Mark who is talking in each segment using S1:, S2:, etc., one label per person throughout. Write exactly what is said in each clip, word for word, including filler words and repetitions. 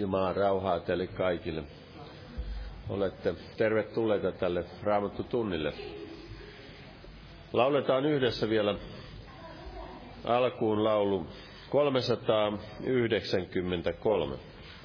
S1: Jumalan rauhaa teille kaikille. Olette tervetulleita tälle Raamattu-tunnille. Lauletaan yhdessä vielä alkuun laulu kolmesataayhdeksänkymmentäkolme.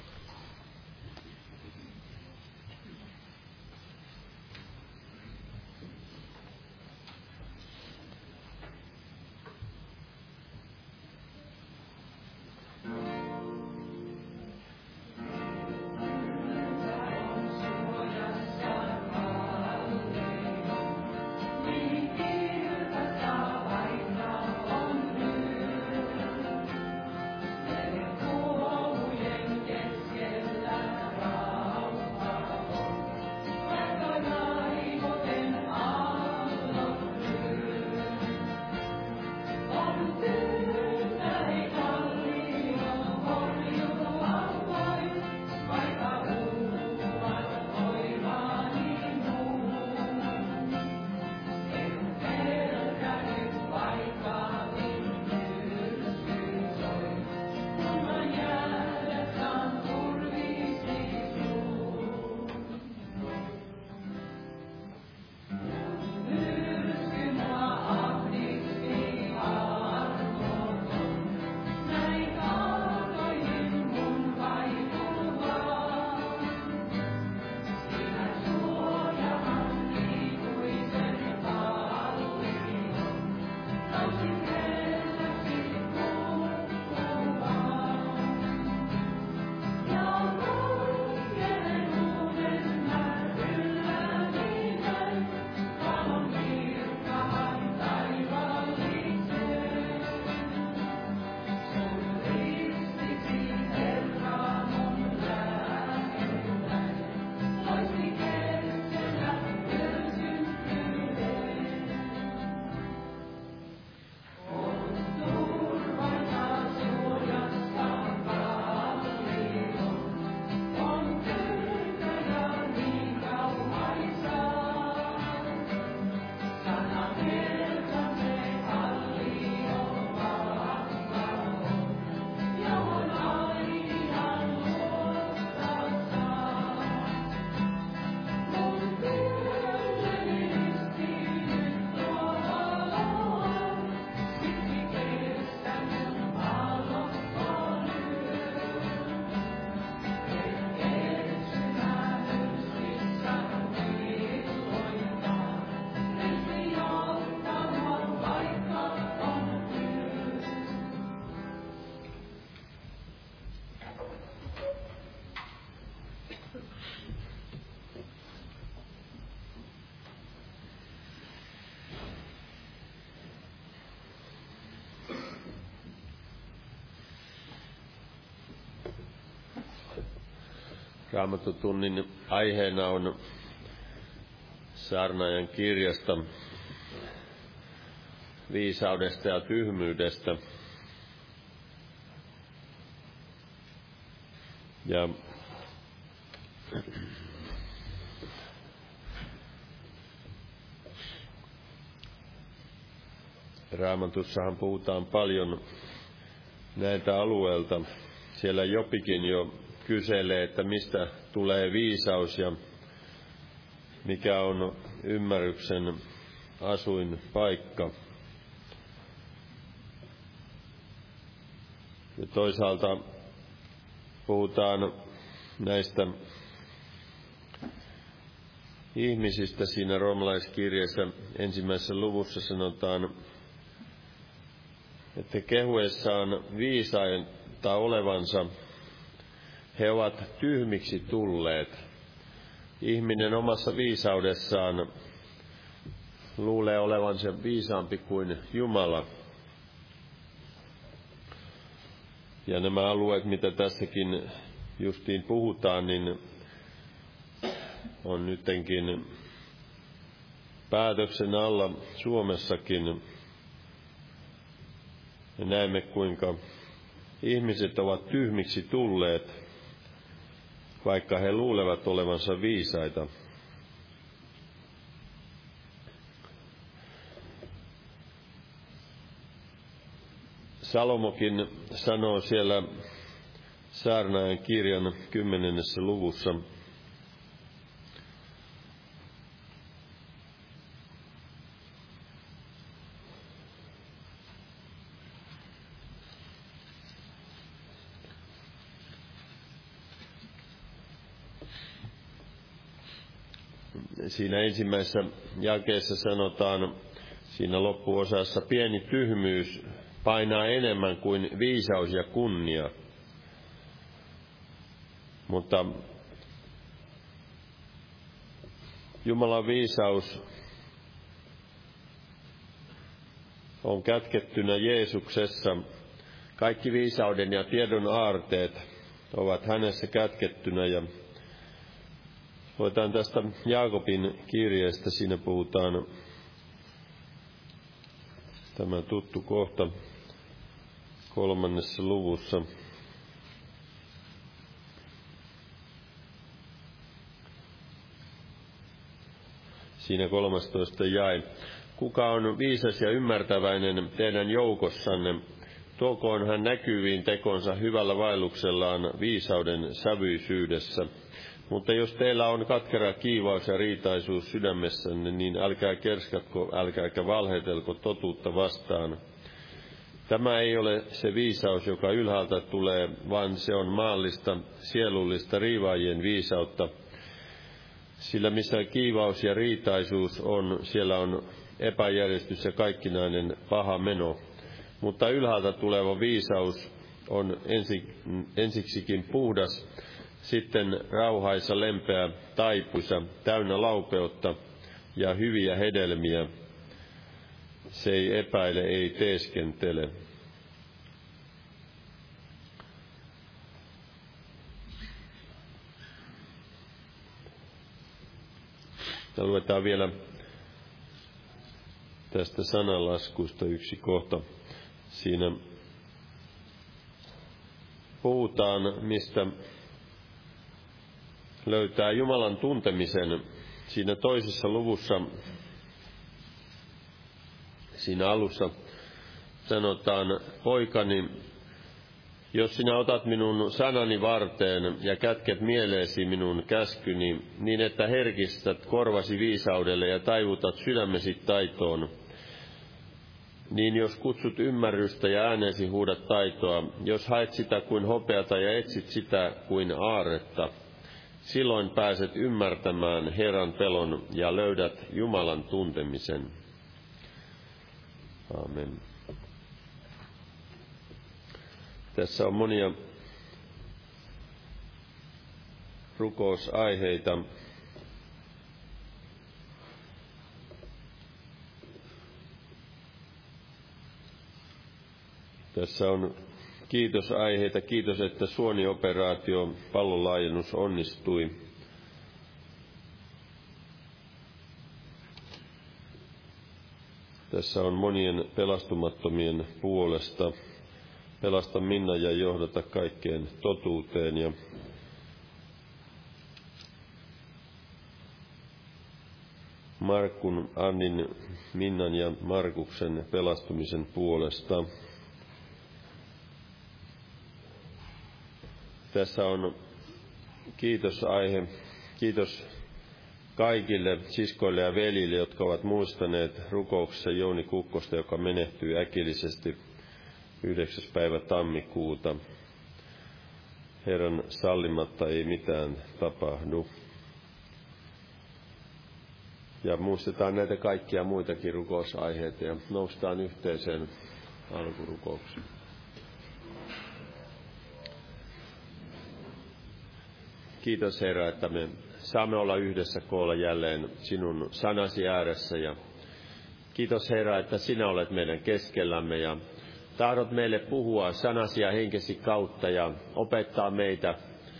S1: Raamattu-tunnin aiheena on saarnaajan kirjasta viisaudesta ja tyhmyydestä. Ja Raamatussahan puhutaan paljon näiltä alueilta. Siellä Jopikin jo kyselee, että mistä tulee viisaus ja mikä on ymmärryksen asuinpaikka. Ja toisaalta puhutaan näistä ihmisistä siinä roomalaiskirjeessä ensimmäisessä luvussa sanotaan, että kehuessaan viisaita olevansa he ovat tyhmiksi tulleet. Ihminen omassa viisaudessaan luulee olevansa viisaampi kuin Jumala. Ja nämä alueet, mitä tässäkin justiin puhutaan, niin on nyttenkin päätöksen alla Suomessakin. Ja näemme, kuinka ihmiset ovat tyhmiksi tulleet, vaikka he luulevat olevansa viisaita. Salomokin sanoo siellä Saarnaajan kirjan kymmenennessä luvussa. Siinä ensimmäisessä jakeessa sanotaan, siinä loppuosassa, pieni tyhmyys painaa enemmän kuin viisaus ja kunnia. Mutta Jumalan viisaus on kätkettynä Jeesuksessa. Kaikki viisauden ja tiedon aarteet ovat hänessä kätkettynä. Ja luetaan tästä Jaakobin kirjeestä, siinä puhutaan tämä tuttu kohta kolmannessa luvussa. Siinä kolmastoista jae. Kuka on viisas ja ymmärtäväinen teidän joukossanne, tuokoon hän näkyviin tekonsa hyvällä vaelluksellaan viisauden sävyisyydessä. Mutta jos teillä on katkera kiivaus ja riitaisuus sydämessänne, niin älkää kerskatko, älkääkä valhetelko totuutta vastaan. Tämä ei ole se viisaus, joka ylhäältä tulee, vaan se on maallista, sielullista riivaajien viisautta. Sillä missä kiivaus ja riitaisuus on, siellä on epäjärjestys ja kaikkinainen paha meno. Mutta ylhäältä tuleva viisaus on ensi, ensiksikin puhdas, sitten rauhaisa, lempeä, taipuisa, täynnä laupeutta ja hyviä hedelmiä. Se ei epäile, ei teeskentele. Ja luetaan vielä tästä sananlaskusta yksi kohta. Siinä puhutaan, mistä löytää Jumalan tuntemisen. Siinä toisessa luvussa, siinä alussa sanotaan, poikani, jos sinä otat minun sanani varteen ja kätket mieleesi minun käskyni, niin että herkistät korvasi viisaudelle ja taivutat sydämesi taitoon, niin jos kutsut ymmärrystä ja äänesi huudat taitoa, jos haet sitä kuin hopeata ja etsit sitä kuin aarretta, silloin pääset ymmärtämään Herran pelon ja löydät Jumalan tuntemisen. Aamen. Tässä on monia rukousaiheita. Tässä on kiitosaiheita. Kiitos, että suonioperaatio, pallonlaajennus onnistui. Tässä on monien pelastumattomien puolesta. Pelasta Minna ja johdata kaikkeen totuuteen. Ja Markun, Annin, Minnan ja Markuksen pelastumisen puolesta. Tässä on kiitosaihe. Kiitos kaikille siskoille ja veljille, jotka ovat muistaneet rukouksessa Jouni Kukkosta, joka menehtyi äkillisesti yhdeksäs päivä tammikuuta. Herran sallimatta ei mitään tapahdu. Ja muistetaan näitä kaikkia muitakin rukousaiheita ja noustaan yhteiseen alkurukoukseen. Kiitos Herra, että me saamme olla yhdessä koolla jälleen sinun sanasi ääressä. Ja kiitos Herra, että sinä olet meidän keskellämme ja tahdot meille puhua sanasi ja henkesi kautta ja opettaa meitä.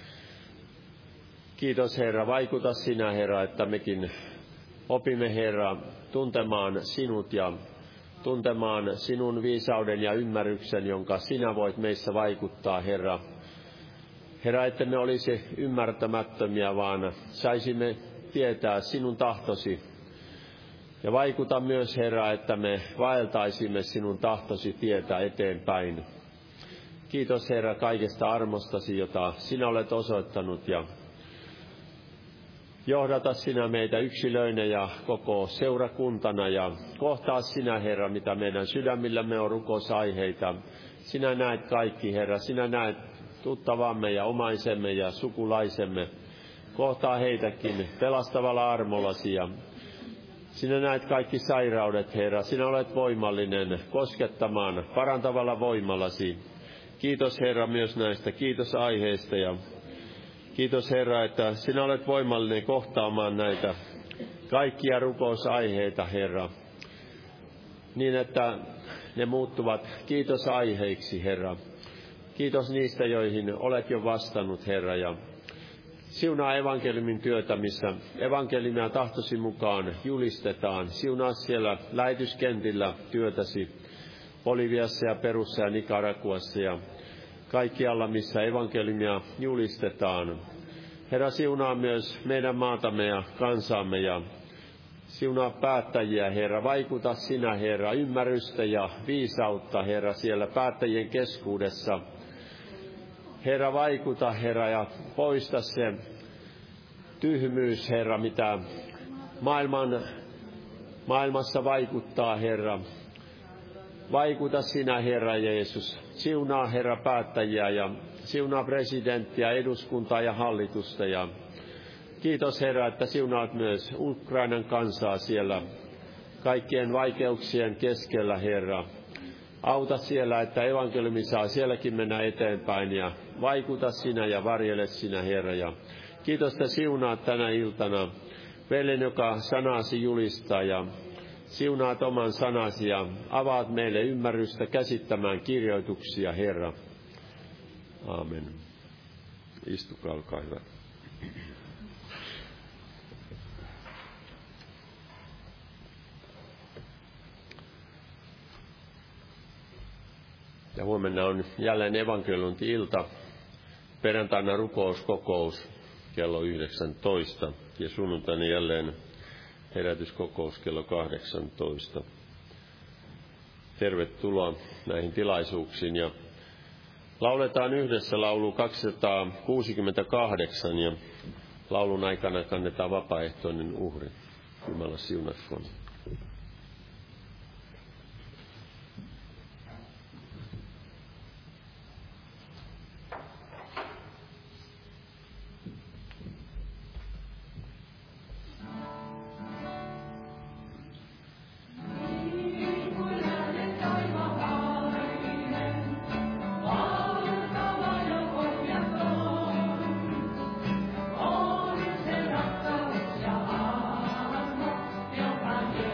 S1: Kiitos Herra, vaikuta sinä Herra, että mekin opimme Herra tuntemaan sinut ja tuntemaan sinun viisauden ja ymmärryksen, jonka sinä voit meissä vaikuttaa Herra. Herra, että me olisi ymmärtämättömiä, vaan saisimme tietää sinun tahtosi. Ja vaikuta myös, Herra, että me vaeltaisimme sinun tahtosi tietä eteenpäin. Kiitos Herra kaikesta armostasi, jota sinä olet osoittanut, ja johdata sinä meitä yksilöinä ja koko seurakuntana, ja kohtaa sinä Herra, mitä meidän sydämillämme on rukousaiheita. Sinä näet kaikki Herra, sinä näet tuttavamme ja omaisemme ja sukulaisemme. Kohtaa heitäkin pelastavalla armollasi, ja sinä näet kaikki sairaudet Herra, sinä olet voimallinen koskettamaan parantavalla voimallasi. Kiitos Herra myös näistä kiitosaiheista, ja kiitos Herra, että sinä olet voimallinen kohtaamaan näitä kaikkia rukousaiheita Herra, niin että ne muuttuvat kiitosaiheiksi Herra. Kiitos niistä, joihin olet jo vastannut Herra, ja siunaa evankeliumin työtä, missä evankeliumia tahtosi mukaan julistetaan. Siunaa siellä lähetyskentillä työtäsi Boliviassa ja Perussa ja Nicaraguassa ja kaikkialla, missä evankeliumia julistetaan. Herra, siunaa myös meidän maatamme ja kansaamme ja siunaa päättäjiä, Herra. Vaikuta sinä, Herra, ymmärrystä ja viisautta, Herra, siellä päättäjien keskuudessa. Herra, vaikuta, Herra, ja poista se tyhmyys, Herra, mitä maailman, maailmassa vaikuttaa, Herra. Vaikuta sinä, Herra Jeesus. Siunaa, Herra, päättäjiä ja siunaa presidenttiä, eduskuntaa ja hallitusta. Ja kiitos, Herra, että siunaat myös Ukrainan kansaa siellä kaikkien vaikeuksien keskellä, Herra. Auta siellä, että evankeliumi saa sielläkin mennä eteenpäin, ja vaikuta sinä ja varjele sinä, Herra. Ja kiitos, että siunaat tänä iltana veljen, joka sanasi julistaa, ja siunaat oman sanasi ja avaat meille ymmärrystä käsittämään kirjoituksia, Herra. Aamen. Istukaa, olkaa hyvä. Ja huomenna on jälleen evankeliointi-ilta, perjantaina rukouskokous kello yhdeksäntoista ja sunnuntaina jälleen herätyskokous kello kahdeksantoista. Tervetuloa näihin tilaisuuksiin, ja lauletaan yhdessä laulu kaksisataakuusikymmentäkahdeksan, ja laulun aikana kannetaan vapaaehtoinen uhri. Jumala siunatkoon.
S2: Joka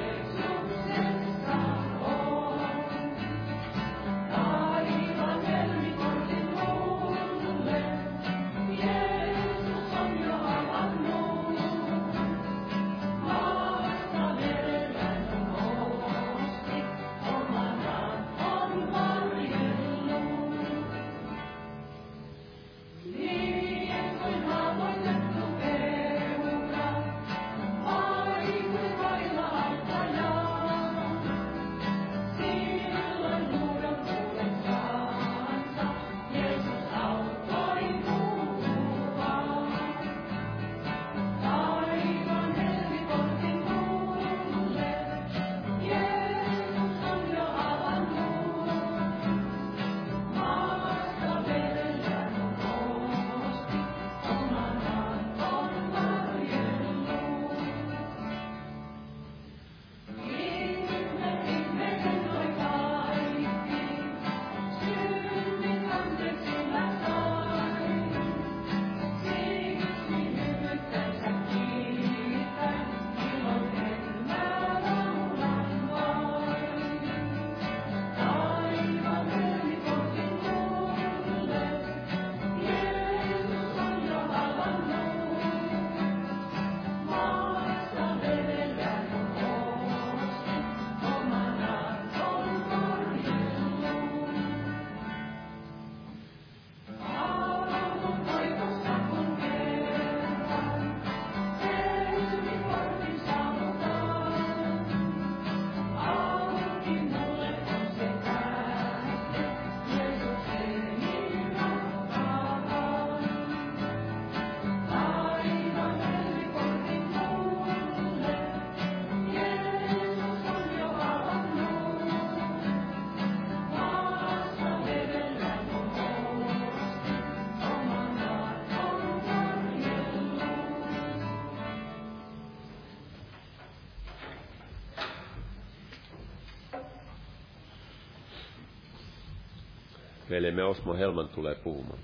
S1: veljemme Osmo Helman tulee puhumaan.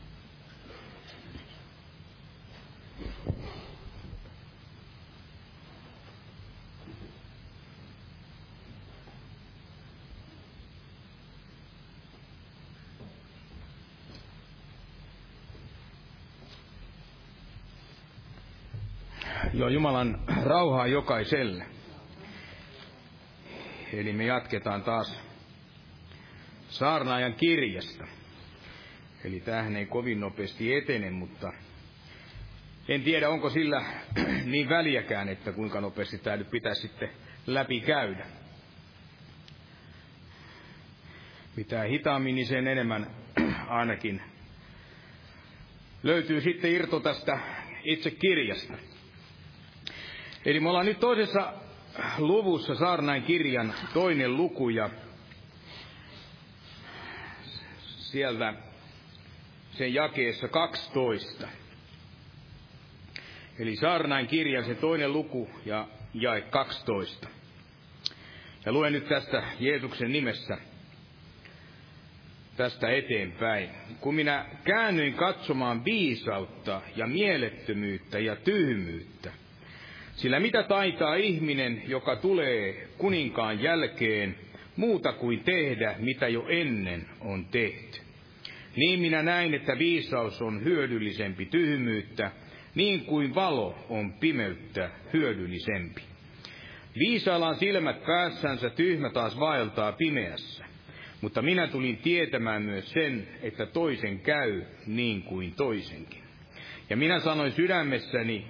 S2: Joo, Jumalan rauhaa jokaiselle. Eli me jatketaan taas saarnaajan kirjasta. Eli tämähän ei kovin nopeasti etene, mutta en tiedä, onko sillä niin väliäkään, että kuinka nopeasti tämä nyt pitäisi sitten läpi käydä. Mitä hitaammin, niin sen enemmän ainakin löytyy sitten irto tästä itse kirjasta. Eli me ollaan nyt toisessa luvussa, saarnain kirjan toinen luku, ja sieltä sen jakeessa kaksitoista. Eli saarnain kirjan se toinen luku ja jae kaksitoista. Ja luen nyt tästä Jeesuksen nimessä tästä eteenpäin. Kun minä käännyin katsomaan viisautta ja mielettömyyttä ja tyhmyyttä, sillä mitä taitaa ihminen, joka tulee kuninkaan jälkeen, muuta kuin tehdä, mitä jo ennen on tehty. Niin minä näin, että viisaus on hyödyllisempi tyhmyyttä, niin kuin valo on pimeyttä hyödyllisempi. Viisaalla on silmät päässänsä, tyhmä taas vaeltaa pimeässä. Mutta minä tulin tietämään myös sen, että toisen käy niin kuin toisenkin. Ja minä sanoin sydämessäni,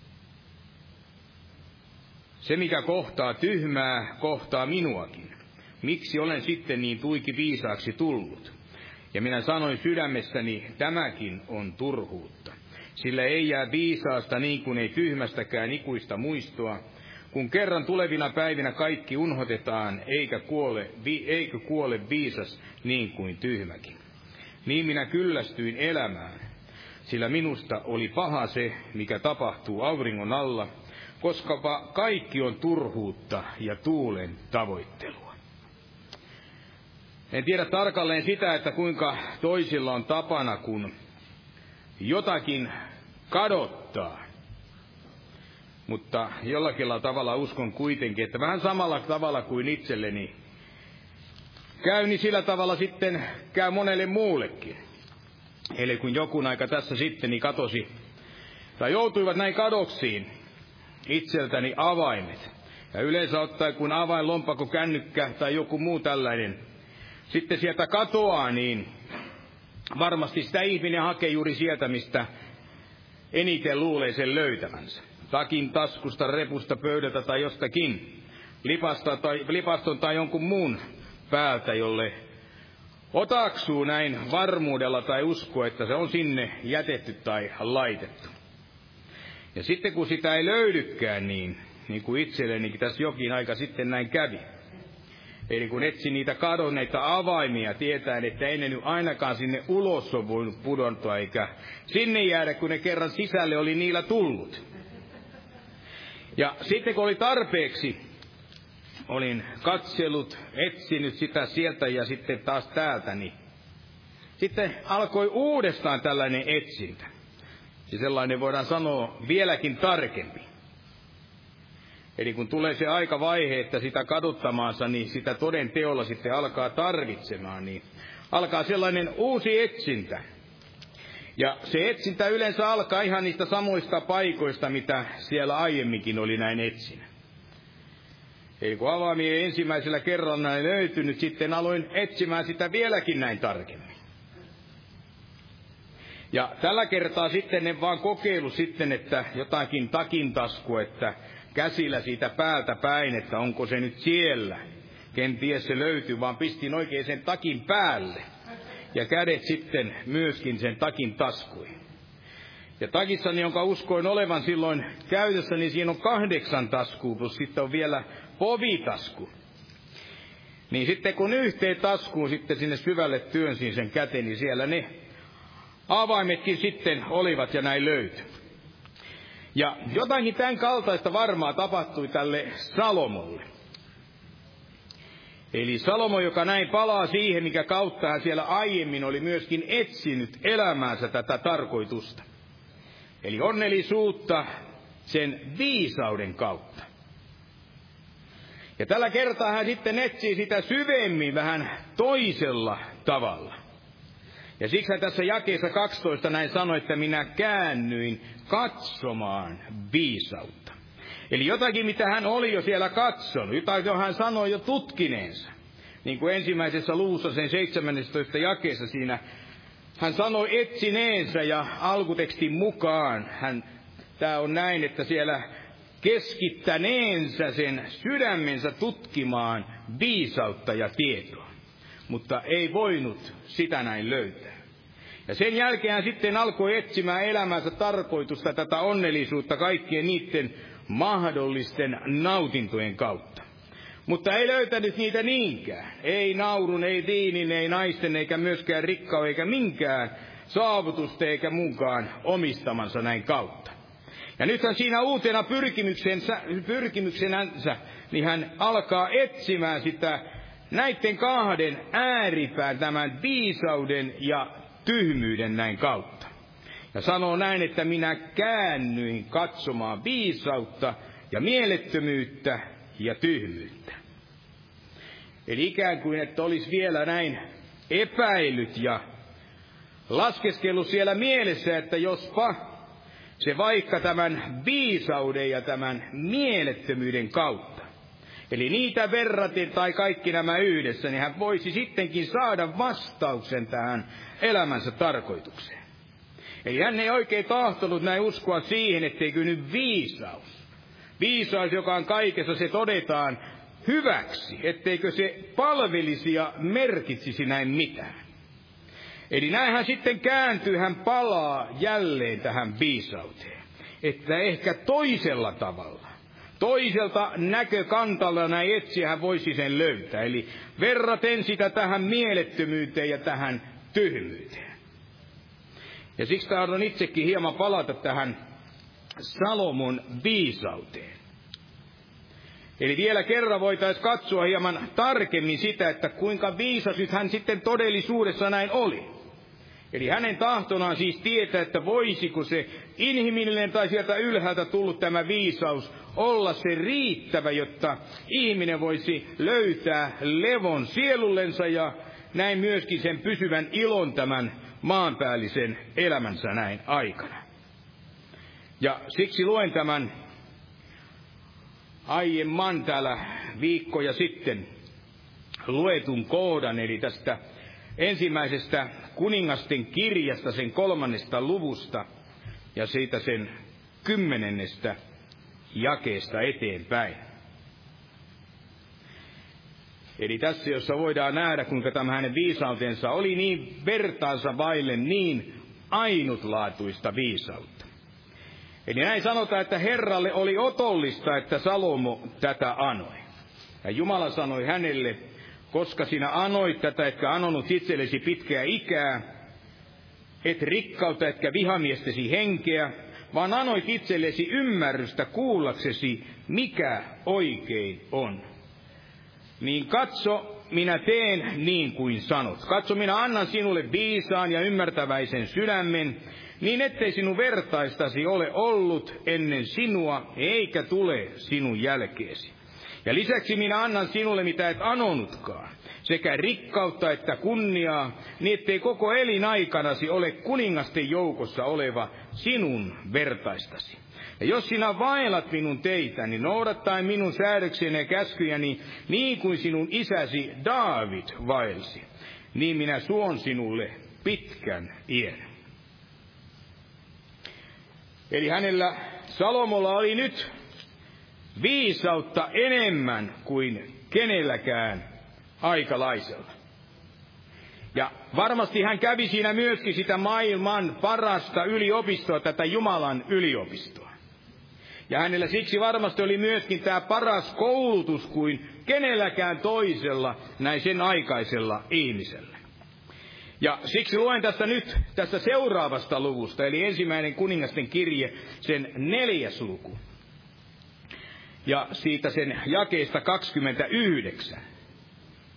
S2: se mikä kohtaa tyhmää, kohtaa minuakin. Miksi olen sitten niin tuiki viisaaksi tullut? Ja minä sanoin sydämessäni, tämäkin on turhuutta. Sillä ei jää viisaasta niin kuin ei tyhmästäkään ikuista muistoa, kun kerran tulevina päivinä kaikki unhotetaan, eikä kuole, vi, eikö kuole viisas niin kuin tyhmäkin. Niin minä kyllästyin elämään, sillä minusta oli paha se, mikä tapahtuu auringon alla, koska kaikki on turhuutta ja tuulen tavoittelua. En tiedä tarkalleen sitä, että kuinka toisilla on tapana, kun jotakin kadottaa. Mutta jollakin tavalla uskon kuitenkin, että vähän samalla tavalla kuin itselleni käy, niin sillä tavalla sitten käy monelle muullekin. Eli kun joku aika tässä sitten niin katosi, tai joutuivat näin kadoksiin itseltäni avaimet. Ja yleensä ottaen, kun avain lompakko, kännykkä tai joku muu tällainen sitten sieltä katoaa, niin varmasti sitä ihminen hakee juuri sieltä, mistä eniten luulee sen löytävänsä. Takin taskusta, repusta, pöydältä tai jostakin, lipasta tai, lipaston tai jonkun muun päältä, jolle otaksuu näin varmuudella tai usko, että se on sinne jätetty tai laitettu. Ja sitten kun sitä ei löydykään, niin, niin kuin itsellenikin tässä jokin aika sitten näin kävi. Eli kun etsin niitä kadonneita avaimia, tietäen, että ei ne nyt ainakaan sinne ulos ole voinut pudontua, eikä sinne jäädä, kun ne kerran sisälle oli niillä tullut. Ja sitten kun oli tarpeeksi, olin katsellut, etsinyt sitä sieltä ja sitten taas täältä, niin sitten alkoi uudestaan tällainen etsintä. Ja sellainen voidaan sanoa vieläkin tarkempi. Eli kun tulee se aikavaihe, että sitä kadottamaansa, niin sitä toden teolla sitten alkaa tarvitsemaan, niin alkaa sellainen uusi etsintä. Ja se etsintä yleensä alkaa ihan niistä samoista paikoista, mitä siellä aiemminkin oli näin etsinä. Eli kun avaamien ensimmäisellä kerralla näin löytynyt, sitten aloin etsimään sitä vieläkin näin tarkemmin. Ja tällä kertaa sitten en vaan kokeilu sitten, että jotakin takintasku, että käsillä siitä päältä päin, että onko se nyt siellä. Kenties se löytyy, vaan pistin oikein sen takin päälle. Ja kädet sitten myöskin sen takin taskuihin. Ja takissani, jonka uskoin olevan silloin käytössä, niin siinä on kahdeksan taskua, plus sitten on vielä povitasku. Niin sitten kun yhteen taskuun sitten sinne syvälle työnsin sen käteen, niin siellä ne avaimetkin sitten olivat ja näin löytyi. Ja jotakin tämän kaltaista varmaa tapahtui tälle Salomolle. Eli Salomo, joka näin palaa siihen, mikä kautta hän siellä aiemmin oli myöskin etsinyt elämäänsä tätä tarkoitusta. Eli onnellisuutta sen viisauden kautta. Ja tällä kertaa hän sitten etsii sitä syvemmin vähän toisella tavalla. Ja siksi hän tässä jakeessa kaksitoista näin sanoi, että minä käännyin katsomaan viisautta. Eli jotakin, mitä hän oli jo siellä katsonut, jotakin hän sanoi jo tutkineensa. Niin kuin ensimmäisessä luvussa sen seitsemäntoista jakeessa siinä, hän sanoi etsineensä ja alkutekstin mukaan, hän, tämä on näin, että siellä keskittäneensä sen sydämensä tutkimaan viisautta ja tietoa. Mutta ei voinut sitä näin löytää. Ja sen jälkeen hän sitten alkoi etsimään elämänsä tarkoitusta, tätä onnellisuutta kaikkien niiden mahdollisten nautintojen kautta. Mutta ei löytänyt niitä niinkään. Ei naurun, ei viinin, ei naisten, eikä myöskään rikkauden, eikä minkään saavutusta, eikä muunkaan omistamansa näin kautta. Ja nythän siinä uutena pyrkimyksensä, pyrkimyksenänsä, niin hän alkaa etsimään sitä näiden kahden ääripään, tämän viisauden ja tyhmyyden näin kautta. Ja sanoo näin, että minä käännyin katsomaan viisautta ja mielettömyyttä ja tyhmyyttä. Eli ikään kuin, että olisi vielä näin epäillyt ja laskeskellut siellä mielessä, että jospa se vaikka tämän viisauden ja tämän mielettömyyden kautta, eli niitä verraten tai kaikki nämä yhdessä, niin hän voisi sittenkin saada vastauksen tähän elämänsä tarkoitukseen. Eli hän ei oikein tahtonut näin uskoa siihen, etteikö nyt viisaus, viisaus, joka on kaikessa, se todetaan hyväksi, etteikö se palvelisi ja merkitsisi näin mitään. Eli näin hän sitten kääntyy, hän palaa jälleen tähän viisauteen, että ehkä toisella tavalla, toiselta näkökantalla näin etsiä hän voisi sen löytää. Eli verraten sitä tähän mielettömyyteen ja tähän tyhmyyteen. Ja siksi tahdon itsekin hieman palata tähän Salomon viisauteen. Eli vielä kerran voitaisiin katsoa hieman tarkemmin sitä, että kuinka viisas nyt hän sitten todellisuudessa näin oli. Eli hänen tahtonaan siis tietää, että voisiko se inhimillinen tai sieltä ylhäältä tullut tämä viisaus olla se riittävä, jotta ihminen voisi löytää levon sielullensa ja näin myöskin sen pysyvän ilon tämän maanpäällisen elämänsä näin aikana. Ja siksi luen tämän aiemman täällä viikkoja sitten luetun kohdan, eli tästä ensimmäisestä kuningasten kirjasta, sen kolmannesta luvusta ja siitä sen kymmenennestä jakeesta eteenpäin. Eli tässä, jossa voidaan nähdä, kuinka tämä hänen viisautensa oli niin vertaansa vaille niin ainutlaatuista viisautta. Eli näin sanotaan, että Herralle oli otollista, että Salomo tätä anoi. Ja Jumala sanoi hänelle, koska sinä anoit tätä, etkä anonut itsellesi pitkää ikää, et rikkautta, etkä vihamiestesi henkeä, vaan anoit itsellesi ymmärrystä kuullaksesi, mikä oikein on. Niin katso, minä teen niin kuin sanot. Katso, minä annan sinulle viisaan ja ymmärtäväisen sydämen, niin ettei sinun vertaistasi ole ollut ennen sinua, eikä tule sinun jälkeesi. Ja lisäksi minä annan sinulle, mitä et anonutkaan, sekä rikkautta että kunniaa, niin ettei koko elinaikanasi ole kuningasten joukossa oleva sinun vertaistasi. Ja jos sinä vaellat minun teitäni, niin noudattaen minun säädöksiäni ja käskyjäni, niin kuin sinun isäsi Daavid vaelsi, niin minä suon sinulle pitkän iän. Eli hänellä, Salomolla, oli nyt viisautta enemmän kuin kenelläkään aikalaisella. Ja varmasti hän kävi siinä myöskin sitä maailman parasta yliopistoa, tätä Jumalan yliopistoa. Ja hänellä siksi varmasti oli myöskin tämä paras koulutus kuin kenelläkään toisella näin sen aikaisella ihmisellä. Ja siksi luen tästä nyt tästä seuraavasta luvusta, eli ensimmäinen kuningasten kirje, sen neljäs luku. Ja siitä sen jakeesta kaksikymmentäyhdeksän.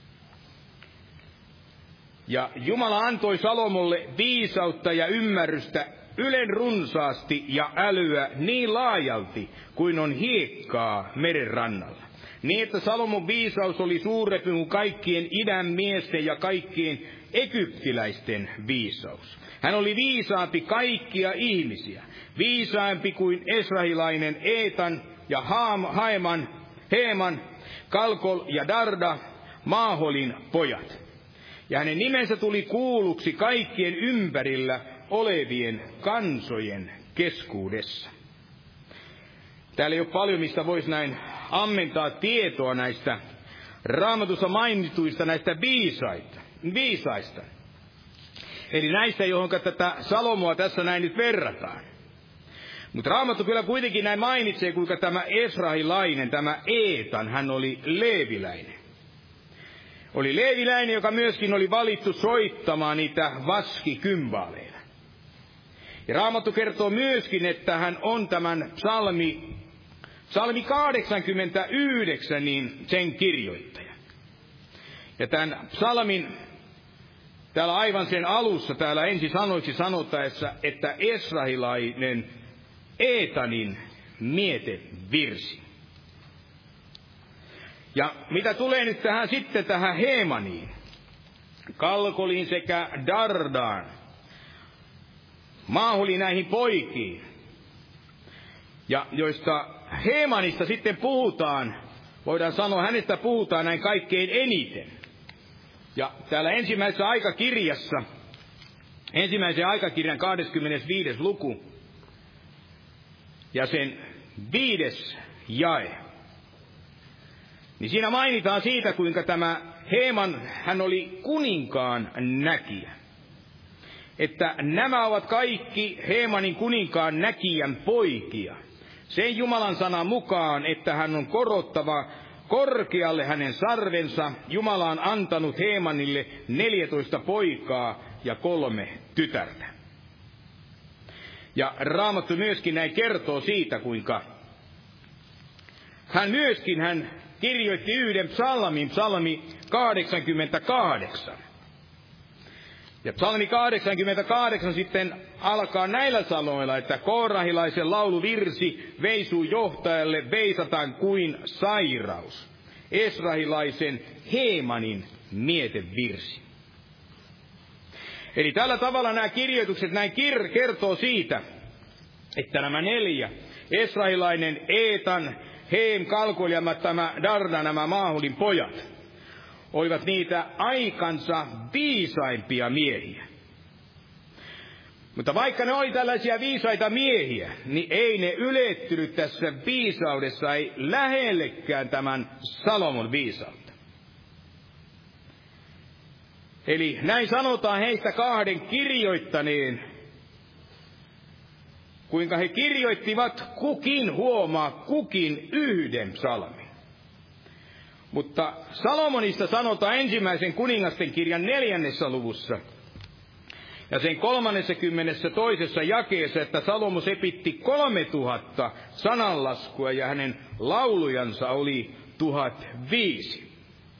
S2: Ja Jumala antoi Salomolle viisautta ja ymmärrystä ylen runsaasti ja älyä niin laajalti kuin on hiekkaa meren rannalla. Niin, että Salomon viisaus oli suurempi kuin kaikkien idän miesten ja kaikkien egyptiläisten viisaus. Hän oli viisaampi kaikkia ihmisiä, viisaampi kuin esrahilainen Eetan ja Haam, Haeman, Heeman, Kalkol ja Darda, Maaholin pojat. Ja hänen nimensä tuli kuulluksi kaikkien ympärillä olevien kansojen keskuudessa. Täällä ei ole paljon, mistä voisi näin ammentaa tietoa näistä Raamatussa mainituista näistä viisaita, viisaista. Eli näistä, johon tätä Salomoa tässä näin nyt verrataan. Mutta Raamattu kyllä kuitenkin näin mainitsee, kuinka tämä esrahilainen, tämä Eetan, hän oli leeviläinen. Oli leeviläinen, joka myöskin oli valittu soittamaan niitä vaskikymbaaleja. Ja Raamattu kertoo myöskin, että hän on tämän psalmi, psalmi kahdeksankymmentäyhdeksän, niin sen kirjoittaja. Ja tämän psalmin, täällä aivan sen alussa, täällä ensi sanoiksi sanotaessa, että esrahilainen Eetanin mietevirsi. Ja mitä tulee nyt tähän sitten tähän Heemaniin, Kalkoliin sekä Dardaan, Maaholiin näihin poikiin, ja joista Heemanista sitten puhutaan, voidaan sanoa, hänestä puhutaan näin kaikkein eniten. Ja täällä ensimmäisessä aikakirjassa, ensimmäisen aikakirjan kahdeskymmenesviides luku, ja sen viides jae, niin siinä mainitaan siitä, kuinka tämä Heeman, hän oli kuninkaan näkijä. Että nämä ovat kaikki Heemanin kuninkaan näkijän poikia. Sen Jumalan sanan mukaan, että hän on korottava korkealle hänen sarvensa. Jumala on antanut Heemanille neljätoista poikaa ja kolme tytärtä. Ja Raamattu myöskin näin kertoo siitä, kuinka hän myöskin hän kirjoitti yhden psalmin, psalmi kahdeksankymmentäkahdeksan. Ja psalmi kahdeksankymmentäkahdeksan sitten alkaa näillä sanoilla, että koorahilaisen lauluvirsi veisuu johtajalle veisataan kuin sairaus. Esrahilaisen Heemanin mietevirsi. Eli tällä tavalla nämä kirjoitukset näin kir- kertoo siitä, että nämä neljä, esrahilainen Eetan, Heem, Kalkol ja tämä Darda, nämä Maaholin pojat, olivat niitä aikansa viisaimpia miehiä. Mutta vaikka ne oli tällaisia viisaita miehiä, niin ei ne ylettynyt tässä viisaudessa, ei lähellekään tämän Salomon viisautta. Eli näin sanotaan heistä kahden kirjoittaneen, kuinka he kirjoittivat kukin, huomaa, kukin yhden psalmin. Mutta Salomonista sanotaan ensimmäisen kuningasten kirjan neljännessä luvussa ja sen kolmannessakymmenessä toisessa jakeessa, että Salomo sepitti kolme tuhatta sananlaskua ja hänen laulujansa oli tuhat viisi.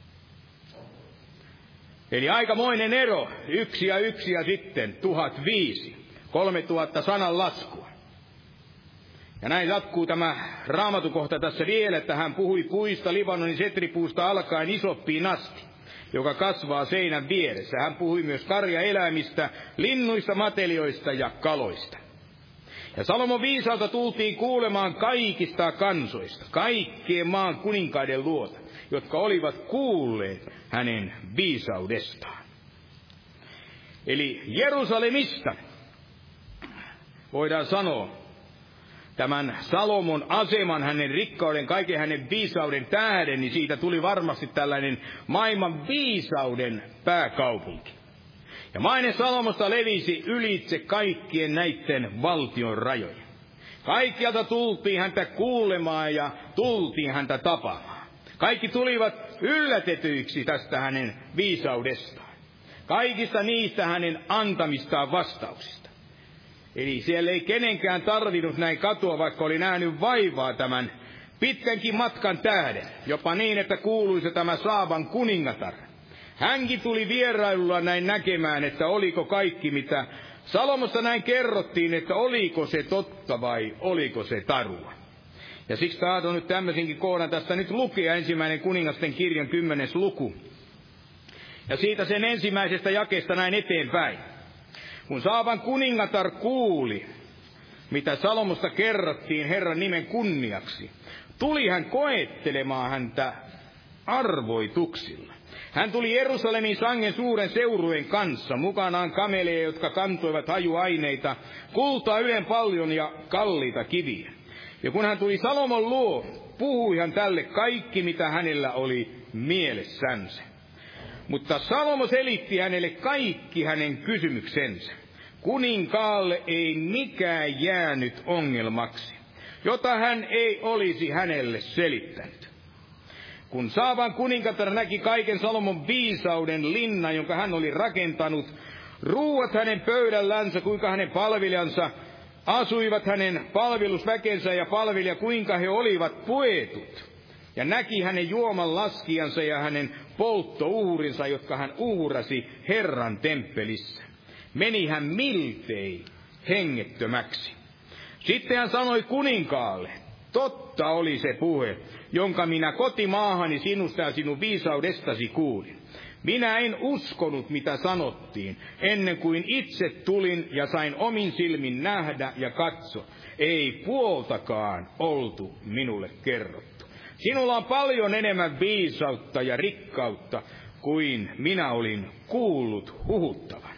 S2: Eli aikamoinen ero, yksi ja yksi ja sitten tuhat viisi, kolme tuhatta sananlaskua. Ja näin jatkuu tämä raamatukohta tässä vielä, että hän puhui puista, Libanonin setripuusta alkaen isoppiin asti, joka kasvaa seinän vieressä. Hän puhui myös karjaeläimistä, linnuista, matelioista ja kaloista. Ja Salomon viisautta tultiin kuulemaan kaikista kansoista, kaikkien maan kuninkaiden luota, jotka olivat kuulleet hänen viisaudestaan. Eli Jerusalemista voidaan sanoa, tämän Salomon aseman, hänen rikkauden, kaiken hänen viisauden tähden, niin siitä tuli varmasti tällainen maailman viisauden pääkaupunki. Ja maine Salomosta levisi ylitse kaikkien näiden valtion rajojen. Kaikkialta tultiin häntä kuulemaan ja tultiin häntä tapaamaan. Kaikki tulivat yllätetyiksi tästä hänen viisaudestaan. Kaikista niistä hänen antamistaan vastauksista. Eli siellä ei kenenkään tarvinnut näin katua, vaikka oli nähnyt vaivaa tämän pitkänkin matkan tähden. Jopa niin, että kuuluisi tämä Saaban kuningatar. Hänkin tuli vierailulla näin näkemään, että oliko kaikki, mitä Salomosta näin kerrottiin, että oliko se totta vai oliko se tarua. Ja siksi tahdon nyt tämmöisenkin kohdan tästä nyt lukea, ensimmäinen kuningasten kirjan kymmenes luku. Ja siitä sen ensimmäisestä jakeesta näin eteenpäin. Kun Saaban kuningatar kuuli, mitä Salomosta kerrottiin Herran nimen kunniaksi, tuli hän koettelemaan häntä arvoituksilla. Hän tuli Jerusalemin sangen suuren seurueen kanssa, mukanaan kameleja, jotka kantoivat hajuaineita, kultaa ylen paljon ja kalliita kiviä. Ja kun hän tuli Salomon luo, puhui hän tälle kaikki, mitä hänellä oli mielessänsä. Mutta Salomo selitti hänelle kaikki hänen kysymyksensä. Kuninkaalle ei mikään jäänyt ongelmaksi, jota hän ei olisi hänelle selittänyt. Kun Saaban kuningatar näki kaiken Salomon viisauden linnan, jonka hän oli rakentanut, ruuat hänen pöydällänsä, kuinka hänen palvelijansa asuivat hänen palvelusväkensä ja palvelija, kuinka he olivat puetut, ja näki hänen juoman laskijansa ja hänen polttouurinsa, jotka hän uhrasi Herran temppelissä. Meni hän miltei hengettömäksi. Sitten hän sanoi kuninkaalle, totta oli se puhe, jonka minä kotimaahani sinusta ja sinun viisaudestasi kuulin. Minä en uskonut, mitä sanottiin, ennen kuin itse tulin ja sain omin silmin nähdä ja katso. Ei puoltakaan oltu minulle kerrottu. Sinulla on paljon enemmän viisautta ja rikkautta kuin minä olin kuullut huhuttavan.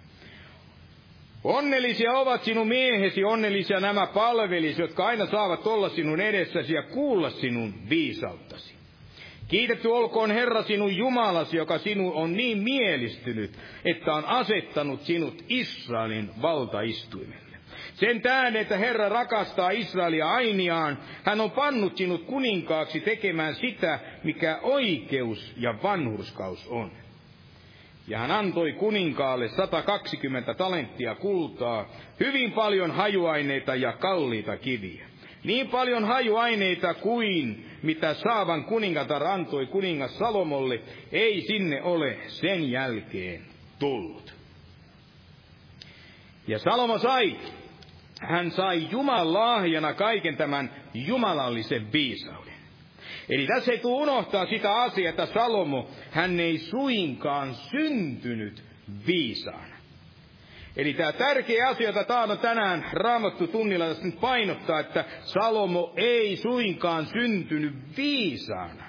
S2: Onnellisia ovat sinun miehesi, onnellisia nämä palvelisi, jotka aina saavat olla sinun edessäsi ja kuulla sinun viisauttasi. Kiitetty olkoon Herra sinun Jumalasi, joka sinun on niin mielistynyt, että on asettanut sinut Israelin valtaistuimelle. Sen tähden, että Herra rakastaa Israelia ainiaan, hän on pannut sinut kuninkaaksi tekemään sitä, mikä oikeus ja vanhurskaus on. Ja hän antoi kuninkaalle sata kaksikymmentä talenttia kultaa, hyvin paljon hajuaineita ja kalliita kiviä. Niin paljon hajuaineita kuin mitä Saaban kuningatar antoi kuningas Salomolle, ei sinne ole sen jälkeen tullut. Ja Salomo sai, hän sai Jumalan lahjana kaiken tämän jumalallisen viisauden. Eli tässä ei tule unohtaa sitä asiaa, että Salomo, hän ei suinkaan syntynyt viisaana. Eli tämä tärkeä asia, jota tahdon tänään Raamattu tunnilla tässä nyt painottaa, että Salomo ei suinkaan syntynyt viisaana.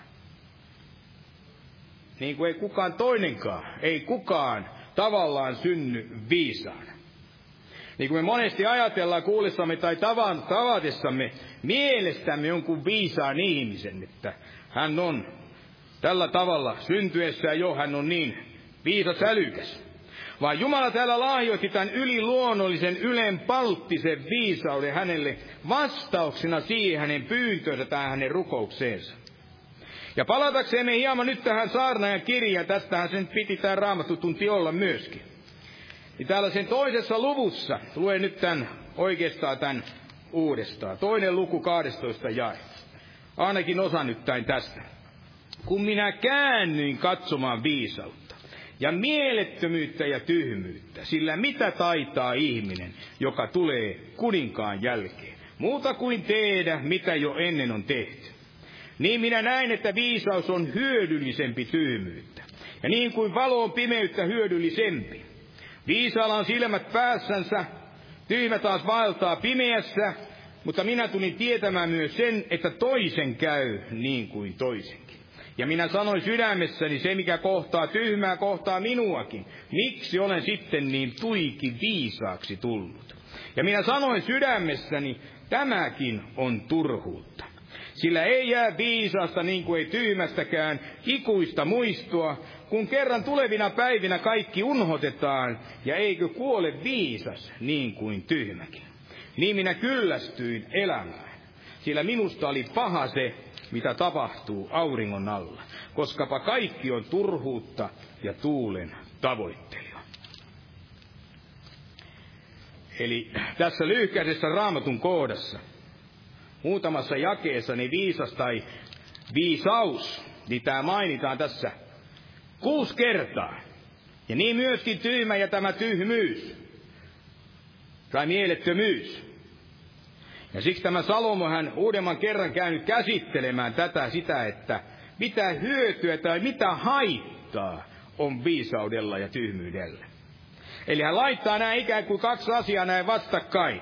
S2: Niin kuin ei kukaan toinenkaan, ei kukaan tavallaan synny viisaana. Niin kuin me monesti ajatellaan kuullessamme tai tavan, tavatessamme mielestämme jonkun viisaan ihmisen, että hän on tällä tavalla syntyessään jo, hän on niin viisas älykäs. Vaan Jumala täällä lahjoitti tämän yliluonnollisen, ylenpalttisen viisauden hänelle vastauksena siihen hänen pyyntöönsä tai hänen rukoukseensa. Ja palataksemme hieman nyt tähän saarnaajan kirjaan, tästähän sen piti tämä Raamattutunti olla myöskin. Niin täällä sen toisessa luvussa, luen nyt tämän oikeastaan tämän uudestaan, toinen luku kahdestoista jae. Ainakin osa nyt tain tästä. Kun minä käännyin katsomaan viisautta ja mielettömyyttä ja tyhmyyttä, sillä mitä taitaa ihminen, joka tulee kuninkaan jälkeen, muuta kuin tehdä, mitä jo ennen on tehty. Niin minä näin, että viisaus on hyödyllisempi tyhmyyttä, ja niin kuin valo on pimeyttä hyödyllisempi. Viisaalla on silmät päässänsä, tyhmä taas vaeltaa pimeässä, mutta minä tulin tietämään myös sen, että toisen käy niin kuin toisenkin. Ja minä sanoin sydämessäni, se mikä kohtaa tyhmää, kohtaa minuakin. Miksi olen sitten niin tuiki viisaaksi tullut? Ja minä sanoin sydämessäni, tämäkin on turhuutta. Sillä ei jää viisaasta niin kuin ei tyhmästäkään ikuista muistoa, kun kerran tulevina päivinä kaikki unhotetaan, ja eikö kuole viisas niin kuin tyhmäkin. Niin minä kyllästyin elämään, sillä minusta oli paha se, mitä tapahtuu auringon alla, koskapa kaikki on turhuutta ja tuulen tavoittelua. Eli tässä lyhkäisessä Raamatun kohdassa, muutamassa jakeessa, niin viisas tai viisaus, niin tämä mainitaan tässä Kuusi kertaa. Ja niin myöskin tyhmä ja tämä tyhmyys. Tai mielettömyys. Ja siksi tämä Salomo hän uudemman kerran käynyt käsittelemään tätä sitä, että mitä hyötyä tai mitä haittaa on viisaudella ja tyhmyydellä. Eli hän laittaa nämä ikään kuin kaksi asiaa näin vastakkain.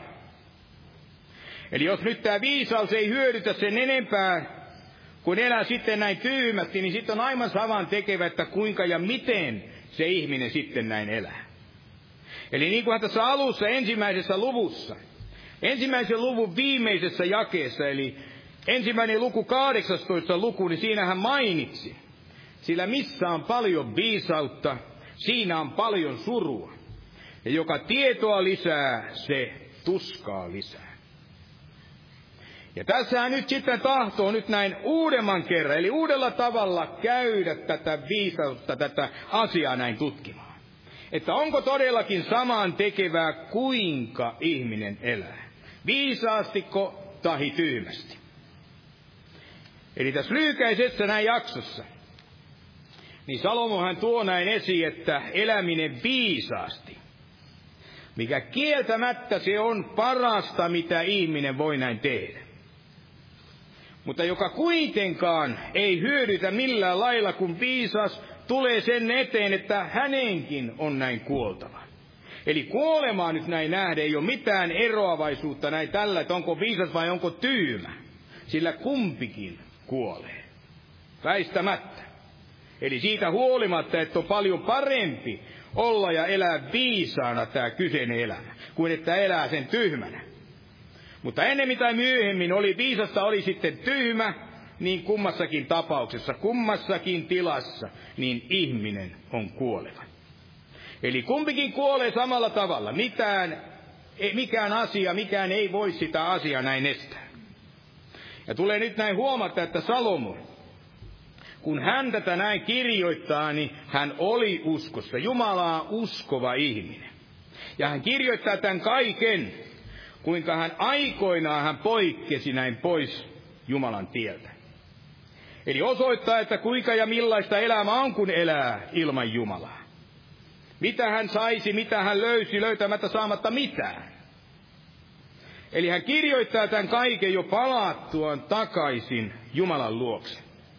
S2: Eli jos nyt tämä viisaus ei hyödytä sen enempää, kun elää sitten näin tyhmästi, niin sitten on aivan saman tekevä, että kuinka ja miten se ihminen sitten näin elää. Eli niin kuin tässä alussa ensimmäisessä luvussa, ensimmäisen luvun viimeisessä jakeessa, eli ensimmäinen luku kahdeksastoista luku, niin siinä hän mainitsi, sillä missä on paljon viisautta, siinä on paljon surua. Ja joka tietoa lisää, se tuskaa lisää. Ja tässähän nyt sitten tahtoo nyt näin uudemman kerran, eli uudella tavalla käydä tätä viisautta, tätä asiaa näin tutkimaan. Että onko todellakin samaan tekevää, kuinka ihminen elää. Viisaastiko tahi tyhmästi. Eli tässä lyhykäisessä näin jaksossa, niin Salomohan tuo näin esiin, että eläminen viisaasti, mikä kieltämättä se on parasta, mitä ihminen voi näin tehdä. Mutta joka kuitenkaan ei hyödytä millään lailla, kun viisas tulee sen eteen, että hänenkin on näin kuoltava. Eli kuolemaa nyt näin nähdä ei ole mitään eroavaisuutta näin tällä, että onko viisas vai onko tyhmä. Sillä kumpikin kuolee. Väistämättä. Eli siitä huolimatta, että on paljon parempi olla ja elää viisaana tämä kyseinen elämä, kuin että elää sen tyhmänä. Mutta ennemmin tai myöhemmin oli viisasta, oli sitten tyhmä, niin kummassakin tapauksessa, kummassakin tilassa, niin ihminen on kuoleva. Eli kumpikin kuolee samalla tavalla. Mitään, mikään asia, mikään ei voi sitä asiaa näin estää. Ja tulee nyt näin huomata, että Salomo, kun hän tätä näin kirjoittaa, niin hän oli uskossa, Jumalaa uskova ihminen. Ja hän kirjoittaa tämän kaiken, kuinka hän aikoinaan hän poikkesi näin pois Jumalan tieltä. Eli osoittaa, että kuinka ja millaista elämä on, kun elää ilman Jumalaa. Mitä hän saisi, mitä hän löysi, löytämättä saamatta mitään. Eli hän kirjoittaa tämän kaiken jo palattuaan takaisin Jumalan luokse.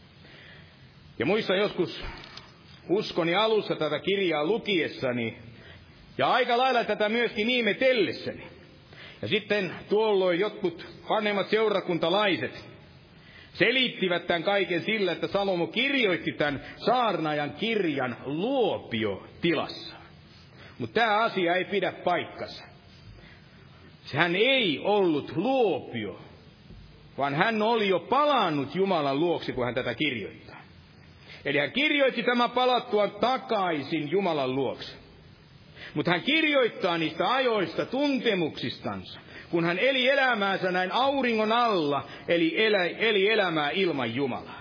S2: Ja muistan joskus uskoni alussa tätä kirjaa lukiessani, ja aika lailla tätä myöskin ihmetellessäni. Ja sitten tuolloin jotkut vanhemmat seurakuntalaiset selittivät tämän kaiken sillä, että Salomo kirjoitti tämän saarnaajan kirjan luopiotilassa. Mutta tämä asia ei pidä paikkansa. Hän ei ollut luopio, vaan hän oli jo palannut Jumalan luoksi, kun hän tätä kirjoittaa. Eli hän kirjoitti tämän palattuaan takaisin Jumalan luokse. Mutta hän kirjoittaa niistä ajoista, tuntemuksistansa, kun hän eli elämäänsä näin auringon alla, eli, elä, eli elämää ilman Jumalaa.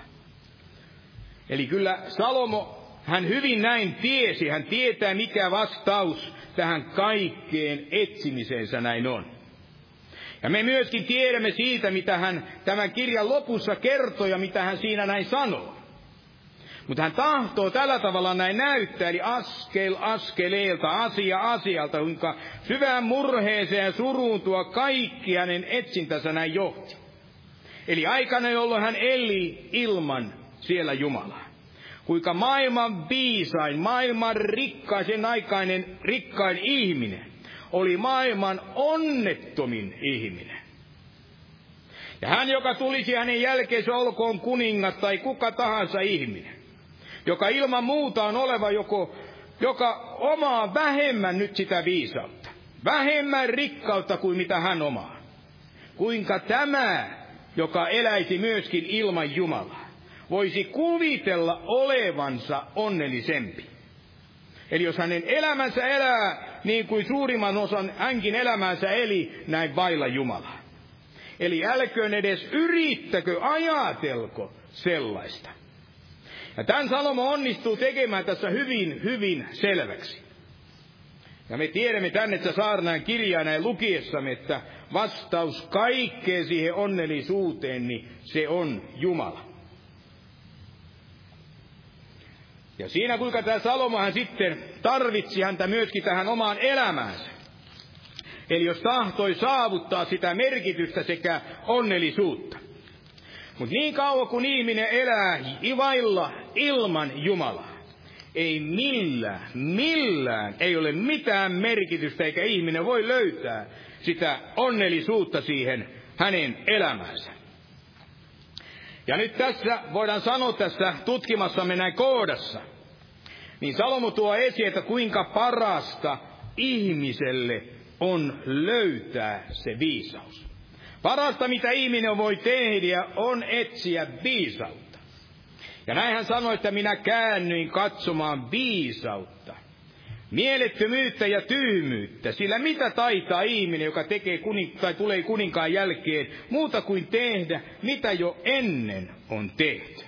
S2: Eli kyllä Salomo, hän hyvin näin tiesi, hän tietää mikä vastaus tähän kaikkeen etsimiseensä näin on. Ja me myöskin tiedämme siitä, mitä hän tämän kirjan lopussa kertoo ja mitä hän siinä näin sanoo. Mutta hän tahtoo tällä tavalla näin näyttää, eli askel askeleelta, asia asialta, kuinka syvään murheeseen ja suruun tuo kaikki hänen etsintänsä näin johti. Eli aikana, jolloin hän eli ilman siellä Jumalaa. Kuinka maailman viisain, maailman rikkaisen aikainen rikkain ihminen oli maailman onnettomin ihminen. Ja hän, joka tulisi hänen jälkeensä, olkoon kuningas tai kuka tahansa ihminen, joka ilman muuta on oleva joko, joka omaa vähemmän nyt sitä viisautta, vähemmän rikkautta kuin mitä hän omaa. Kuinka tämä, joka eläisi myöskin ilman Jumalaa, voisi kuvitella olevansa onnellisempi. Eli jos hänen elämänsä elää niin kuin suurimman osan hänkin elämänsä eli näin vailla Jumalaa. Eli älköön edes yrittäkö, ajatelko sellaista. Ja tämän Salomo onnistuu tekemään tässä hyvin, hyvin selväksi. Ja me tiedämme tänne, että saarnaan kirjaa näin lukiessamme, että vastaus kaikkeen siihen onnellisuuteen, niin se on Jumala. Ja siinä kuinka tämä Salomo hän sitten tarvitsi häntä myöskin tähän omaan elämäänsä. Eli jos tahtoi saavuttaa sitä merkitystä sekä onnellisuutta. Mutta niin kauan kun ihminen elää vailla ilman Jumalaa, ei millään, millään ei ole mitään merkitystä, eikä ihminen voi löytää sitä onnellisuutta siihen hänen elämäänsä. Ja nyt tässä voidaan sanoa tässä tutkimassamme näin koodassa, niin Salomo tuo esiin, että kuinka parasta ihmiselle on löytää se viisaus. Parasta, mitä ihminen voi tehdä, on etsiä viisautta. Ja näin hän sanoi, että minä käännyin katsomaan viisautta, mielettömyyttä ja tyhmyyttä, sillä mitä taitaa ihminen, joka tekee kunin, tai tulee kuninkaan jälkeen, muuta kuin tehdä, mitä jo ennen on tehty.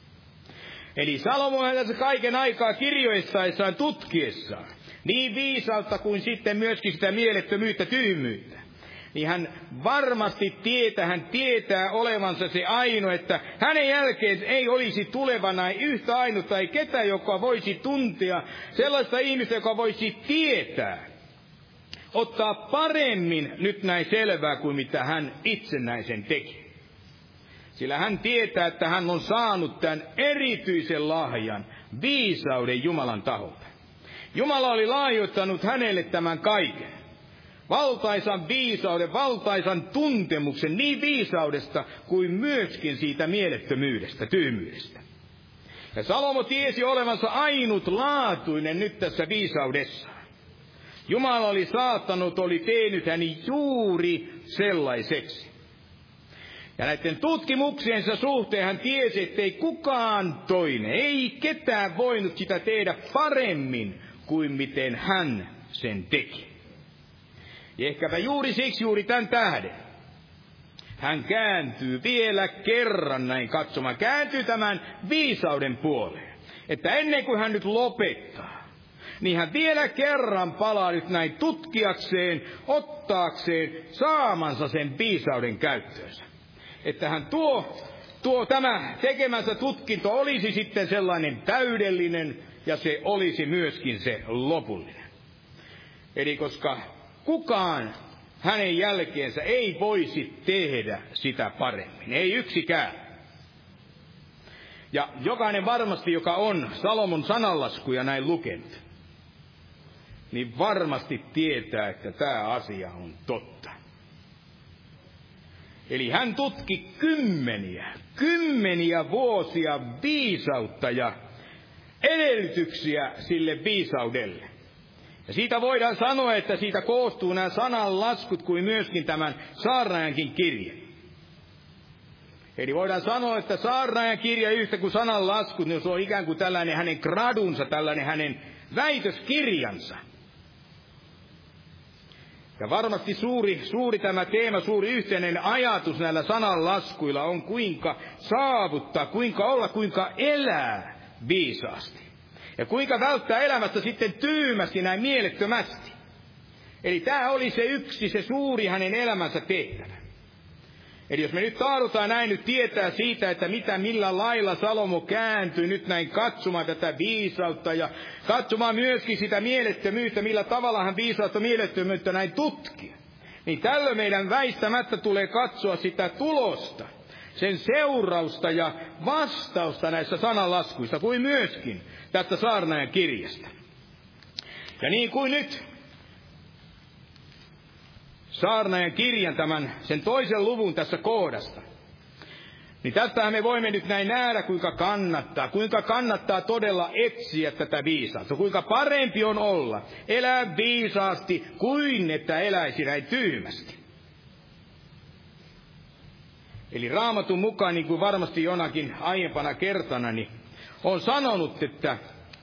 S2: Eli Salomo hän tässä kaiken aikaa kirjoittaessaan, tutkiessaan, niin viisautta kuin sitten myöskin sitä mielettömyyttä, tyhmyyttä. Niin hän varmasti tietää, hän tietää olevansa se ainoa, että hänen jälkeen ei olisi tulevana yhtä ainutta tai ketä, joka voisi tuntea, sellaista ihmistä, joka voisi tietää, ottaa paremmin nyt näin selvää kuin mitä hän itse näin sen teki. Sillä hän tietää, että hän on saanut tämän erityisen lahjan, viisauden Jumalan taholta. Jumala oli lahjoittanut hänelle tämän kaiken. Valtaisan viisauden, valtaisan tuntemuksen niin viisaudesta kuin myöskin siitä mielettömyydestä, tyhmyydestä. Ja Salomo tiesi olevansa ainutlaatuinen nyt tässä viisaudessaan. Jumala oli saattanut, oli tehnyt häni juuri sellaiseksi. Ja näiden tutkimuksiensa suhteen hän tiesi, ettei kukaan toinen, ei ketään voinut sitä tehdä paremmin kuin miten hän sen teki. Ja ehkäpä juuri siksi, juuri tämän tähden, hän kääntyy vielä kerran näin katsomaan, kääntyy tämän viisauden puoleen. Että ennen kuin hän nyt lopettaa, niin hän vielä kerran palaa nyt näin tutkiakseen, ottaakseen, saamansa sen viisauden käyttöönsä. Että hän tuo, tuo tämä tekemänsä tutkinto olisi sitten sellainen täydellinen, ja se olisi myöskin se lopullinen. Eli koska kukaan hänen jälkeensä ei voisi tehdä sitä paremmin. Ei yksikään. Ja jokainen varmasti, joka on Salomon sananlaskuja näin lukenut, niin varmasti tietää, että tämä asia on totta. Eli hän tutki kymmeniä, kymmeniä vuosia viisautta ja edellytyksiä sille viisaudelle. Ja siitä voidaan sanoa, että siitä koostuu nämä sananlaskut kuin myöskin tämän saarnaajankin kirje. Eli voidaan sanoa, että saarnaajan kirja yhtä kuin sananlaskut, niin se on ikään kuin tällainen hänen gradunsa, tällainen hänen väitöskirjansa. Ja varmasti suuri, suuri tämä teema, suuri yhteinen ajatus näillä sananlaskuilla on kuinka saavuttaa, kuinka olla, kuinka elää viisaasti. Ja kuinka välttää elämästä sitten tyhmästi näin mielettömästi. Eli tämä oli se yksi, se suuri hänen elämänsä tehtävä. Eli jos me nyt tahdotaan näin nyt tietää siitä, että mitä millä lailla Salomo kääntyi nyt näin katsomaan tätä viisautta ja katsomaan myöskin sitä mielettömyyttä, millä tavalla hän viisautta mielettömyyttä näin tutki. Niin tällöin meidän väistämättä tulee katsoa sitä tulosta, sen seurausta ja vastausta näissä sananlaskuissa, kuin myöskin tästä saarnaajan kirjasta. Ja niin kuin nyt saarnaajan kirjan tämän, sen toisen luvun tässä kohdasta, niin tästähän me voimme nyt näin nähdä, kuinka kannattaa, kuinka kannattaa todella etsiä tätä viisautta, kuinka parempi on olla, elää viisaasti, kuin että eläisi näin tyhmästi. Eli Raamatun mukaan, niin kuin varmasti jonakin aiempana kertana, niin on sanonut, että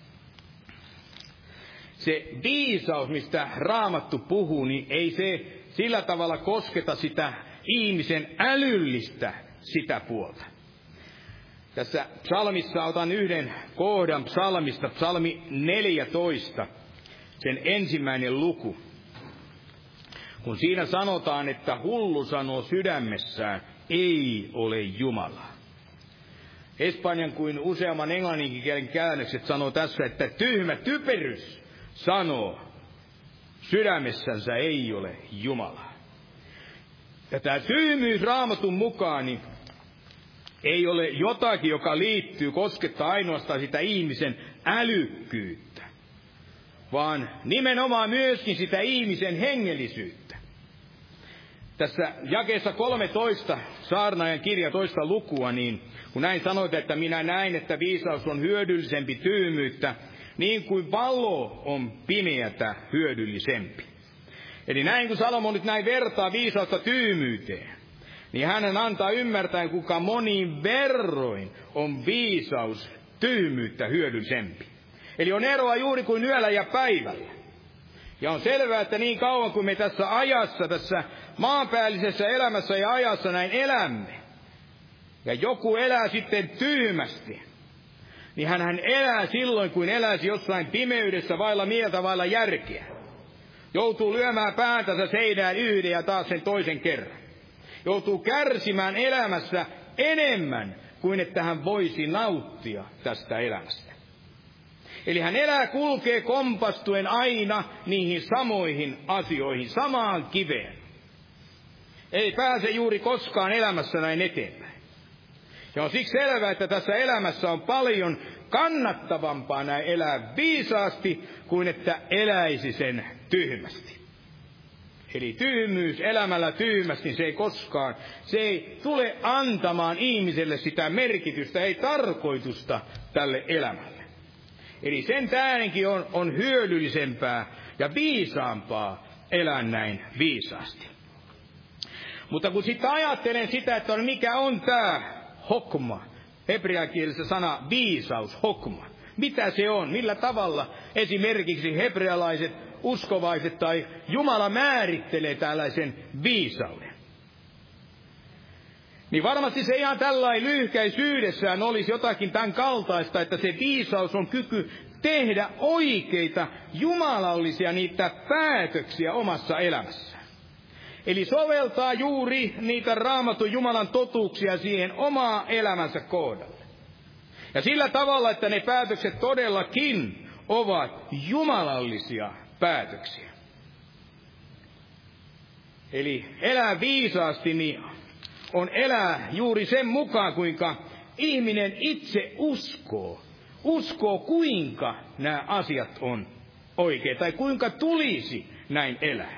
S2: se viisaus, mistä Raamattu puhuu, niin ei se sillä tavalla kosketa sitä ihmisen älyllistä sitä puolta. Tässä psalmissa otan yhden kohdan psalmista, psalmi neljätoista, sen ensimmäinen luku. Kun siinä sanotaan, että hullu sanoo sydämessään, ei ole Jumalaa. espanjan kuin useamman englanninkin kielen käännökset sanoo tässä, että tyhmä typerys sanoo, sydämessänsä ei ole Jumalaa. Ja tämä tyhmyys Raamatun mukaan niin ei ole jotakin, joka liittyy, koskettaa ainoastaan sitä ihmisen älykkyyttä, vaan nimenomaan myöskin sitä ihmisen hengellisyyttä. Tässä jakeessa kolmetoista, saarnaajan kirja toista lukua, niin kun näin sanoit, että minä näin, että viisaus on hyödyllisempi tyhmyyttä, niin kuin valo on pimeätä hyödyllisempi. Eli näin kun Salomo nyt näin vertaa viisausta tyhmyyteen, niin hän antaa ymmärtää, kuinka monin verroin on viisaus tyhmyyttä hyödyllisempi. Eli on eroa juuri kuin yöllä ja päivällä. Ja on selvää, että niin kauan kuin me tässä ajassa, tässä maanpäällisessä elämässä ja ajassa näin elämme, ja joku elää sitten tyhmästi, niin hän elää silloin, kuin eläisi jossain pimeydessä vailla mieltä, vailla järkeä. Joutuu lyömään päätänsä seinään yhden ja taas sen toisen kerran. Joutuu kärsimään elämässä enemmän kuin että hän voisi nauttia tästä elämästä. Eli hän elää, kulkee kompastuen aina niihin samoihin asioihin, samaan kiveen. Ei pääse juuri koskaan elämässä näin eteenpäin. Ja on siksi selvää, että tässä elämässä on paljon kannattavampaa näin elää viisaasti kuin että eläisi sen tyhmästi. Eli tyhmyys elämällä tyhmästi, se ei koskaan, se ei tule antamaan ihmiselle sitä merkitystä, ei tarkoitusta tälle elämälle. Eli sen tähdenkin on, on hyödyllisempää ja viisaampaa elää näin viisaasti. Mutta kun sitten ajattelen sitä, että mikä on tämä hokma, hebreankielisessä sana viisaus, hokma. Mitä se on? Millä tavalla esimerkiksi hebrealaiset uskovaiset tai Jumala määrittelee tällaisen viisauden? Niin varmasti se ihan tällainen lyhkäisyydessään olisi jotakin tämän kaltaista, että se viisaus on kyky tehdä oikeita jumalallisia niitä päätöksiä omassa elämässä. Eli soveltaa juuri niitä Raamatun Jumalan totuuksia siihen omaa elämänsä kohdalle. Ja sillä tavalla, että ne päätökset todellakin ovat jumalallisia päätöksiä. Eli elää viisaasti niin on elää juuri sen mukaan, kuinka ihminen itse uskoo. Uskoo, kuinka nämä asiat on oikein, tai kuinka tulisi näin elää.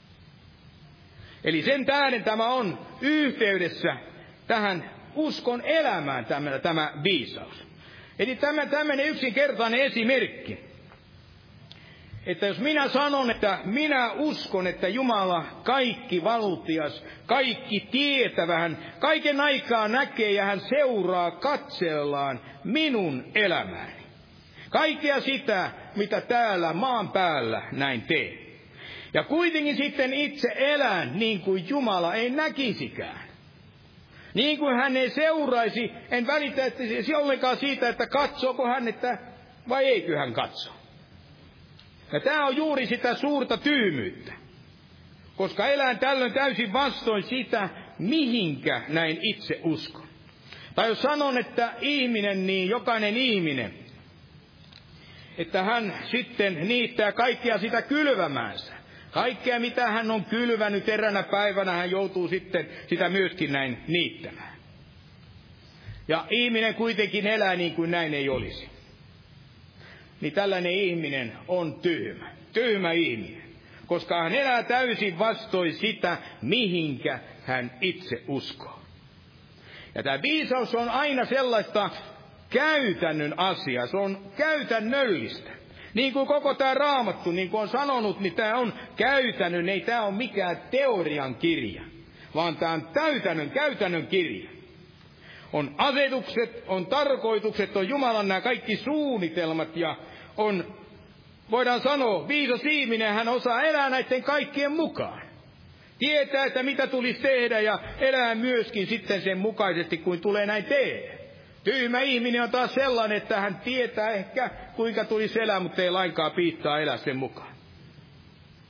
S2: Eli sen tähden tämä on yhteydessä tähän uskon elämään tämä, tämä viisaus. Eli tämä tämmöinen yksinkertainen esimerkki. Että jos minä sanon, että minä uskon, että Jumala kaikki valtias, kaikki tietävä, hän kaiken aikaa näkee ja hän seuraa katsellaan minun elämääni. Kaikkea sitä, mitä täällä maan päällä näin teen. Ja kuitenkin sitten itse elän niin kuin Jumala ei näkisikään. Niin kuin hän ei seuraisi, en välitä että ollenkaan siitä, että katsooko hän, että vai eikö hän katso. Ja tämä on juuri sitä suurta tyhmyyttä. Koska elän tällöin täysin vastoin sitä, mihinkä näin itse uskon. Tai jos sanon, että ihminen, niin jokainen ihminen, että hän sitten niittää kaikkea sitä kylvämäänsä. Kaikkea, mitä hän on kylvänyt eränä päivänä, hän joutuu sitten sitä myöskin näin niittämään. Ja ihminen kuitenkin elää niin kuin näin ei olisi. Niin tällainen ihminen on tyhmä. Tyhmä ihminen. Koska hän elää täysin vastoin sitä, mihinkä hän itse uskoo. Ja tämä viisaus on aina sellaista käytännön asiaa. Se on käytännöllistä. Niin kuin koko tämä Raamattu, niin kuin on sanonut, niin tämä on käytännön, ei tämä ole mikään teorian kirja, vaan tämä on täytännön, käytännön kirja. On asetukset, on tarkoitukset, on Jumalan nämä kaikki suunnitelmat ja on, voidaan sanoa, viisas ihminen, hän osaa elää näiden kaikkien mukaan. Tietää, että mitä tulisi tehdä ja elää myöskin sitten sen mukaisesti, kuin tulee näin tehdä. Tyhmä ihminen on taas sellainen, että hän tietää ehkä, kuinka tulisi elää, mutta ei lainkaan piittaa elää sen mukaan.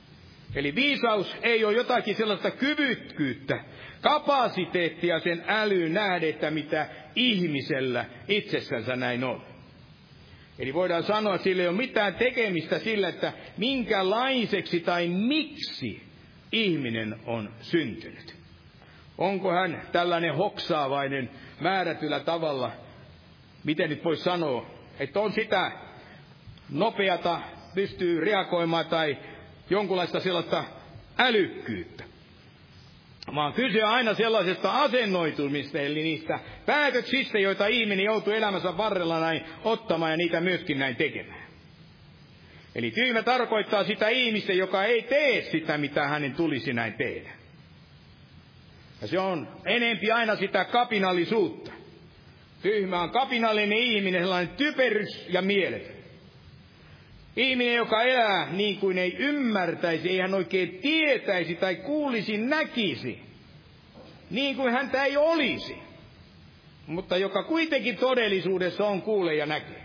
S2: Eli viisaus ei ole jotakin sellaista kyvykkyyttä, kapasiteettia sen älyyn nähdä, että mitä ihmisellä itsessänsä näin on. Eli voidaan sanoa, että sillä ei ole mitään tekemistä sillä, että minkälaiseksi tai miksi ihminen on syntynyt. Onko hän tällainen hoksaavainen määrätyllä tavalla, miten nyt voisi sanoa, että on sitä nopeata, pystyy reagoimaan tai jonkunlaista sellaista älykkyyttä. Vaan kyse on aina sellaisesta asennoitumista, eli niistä päätöksistä, joita ihminen joutuu elämänsä varrella näin ottamaan ja niitä myöskin näin tekemään. Eli tyhmä tarkoittaa sitä ihmistä, joka ei tee sitä, mitä hänen tulisi näin tehdä. Ja se on enempi aina sitä kapinallisuutta. Tyhmä on kapinallinen ihminen, sellainen typerys ja mieletön. Ihminen, joka elää niin kuin ei ymmärtäisi, ei hän oikein tietäisi tai kuulisi, näkisi, niin kuin häntä ei olisi, mutta joka kuitenkin todellisuudessa on, kuulee ja näkee.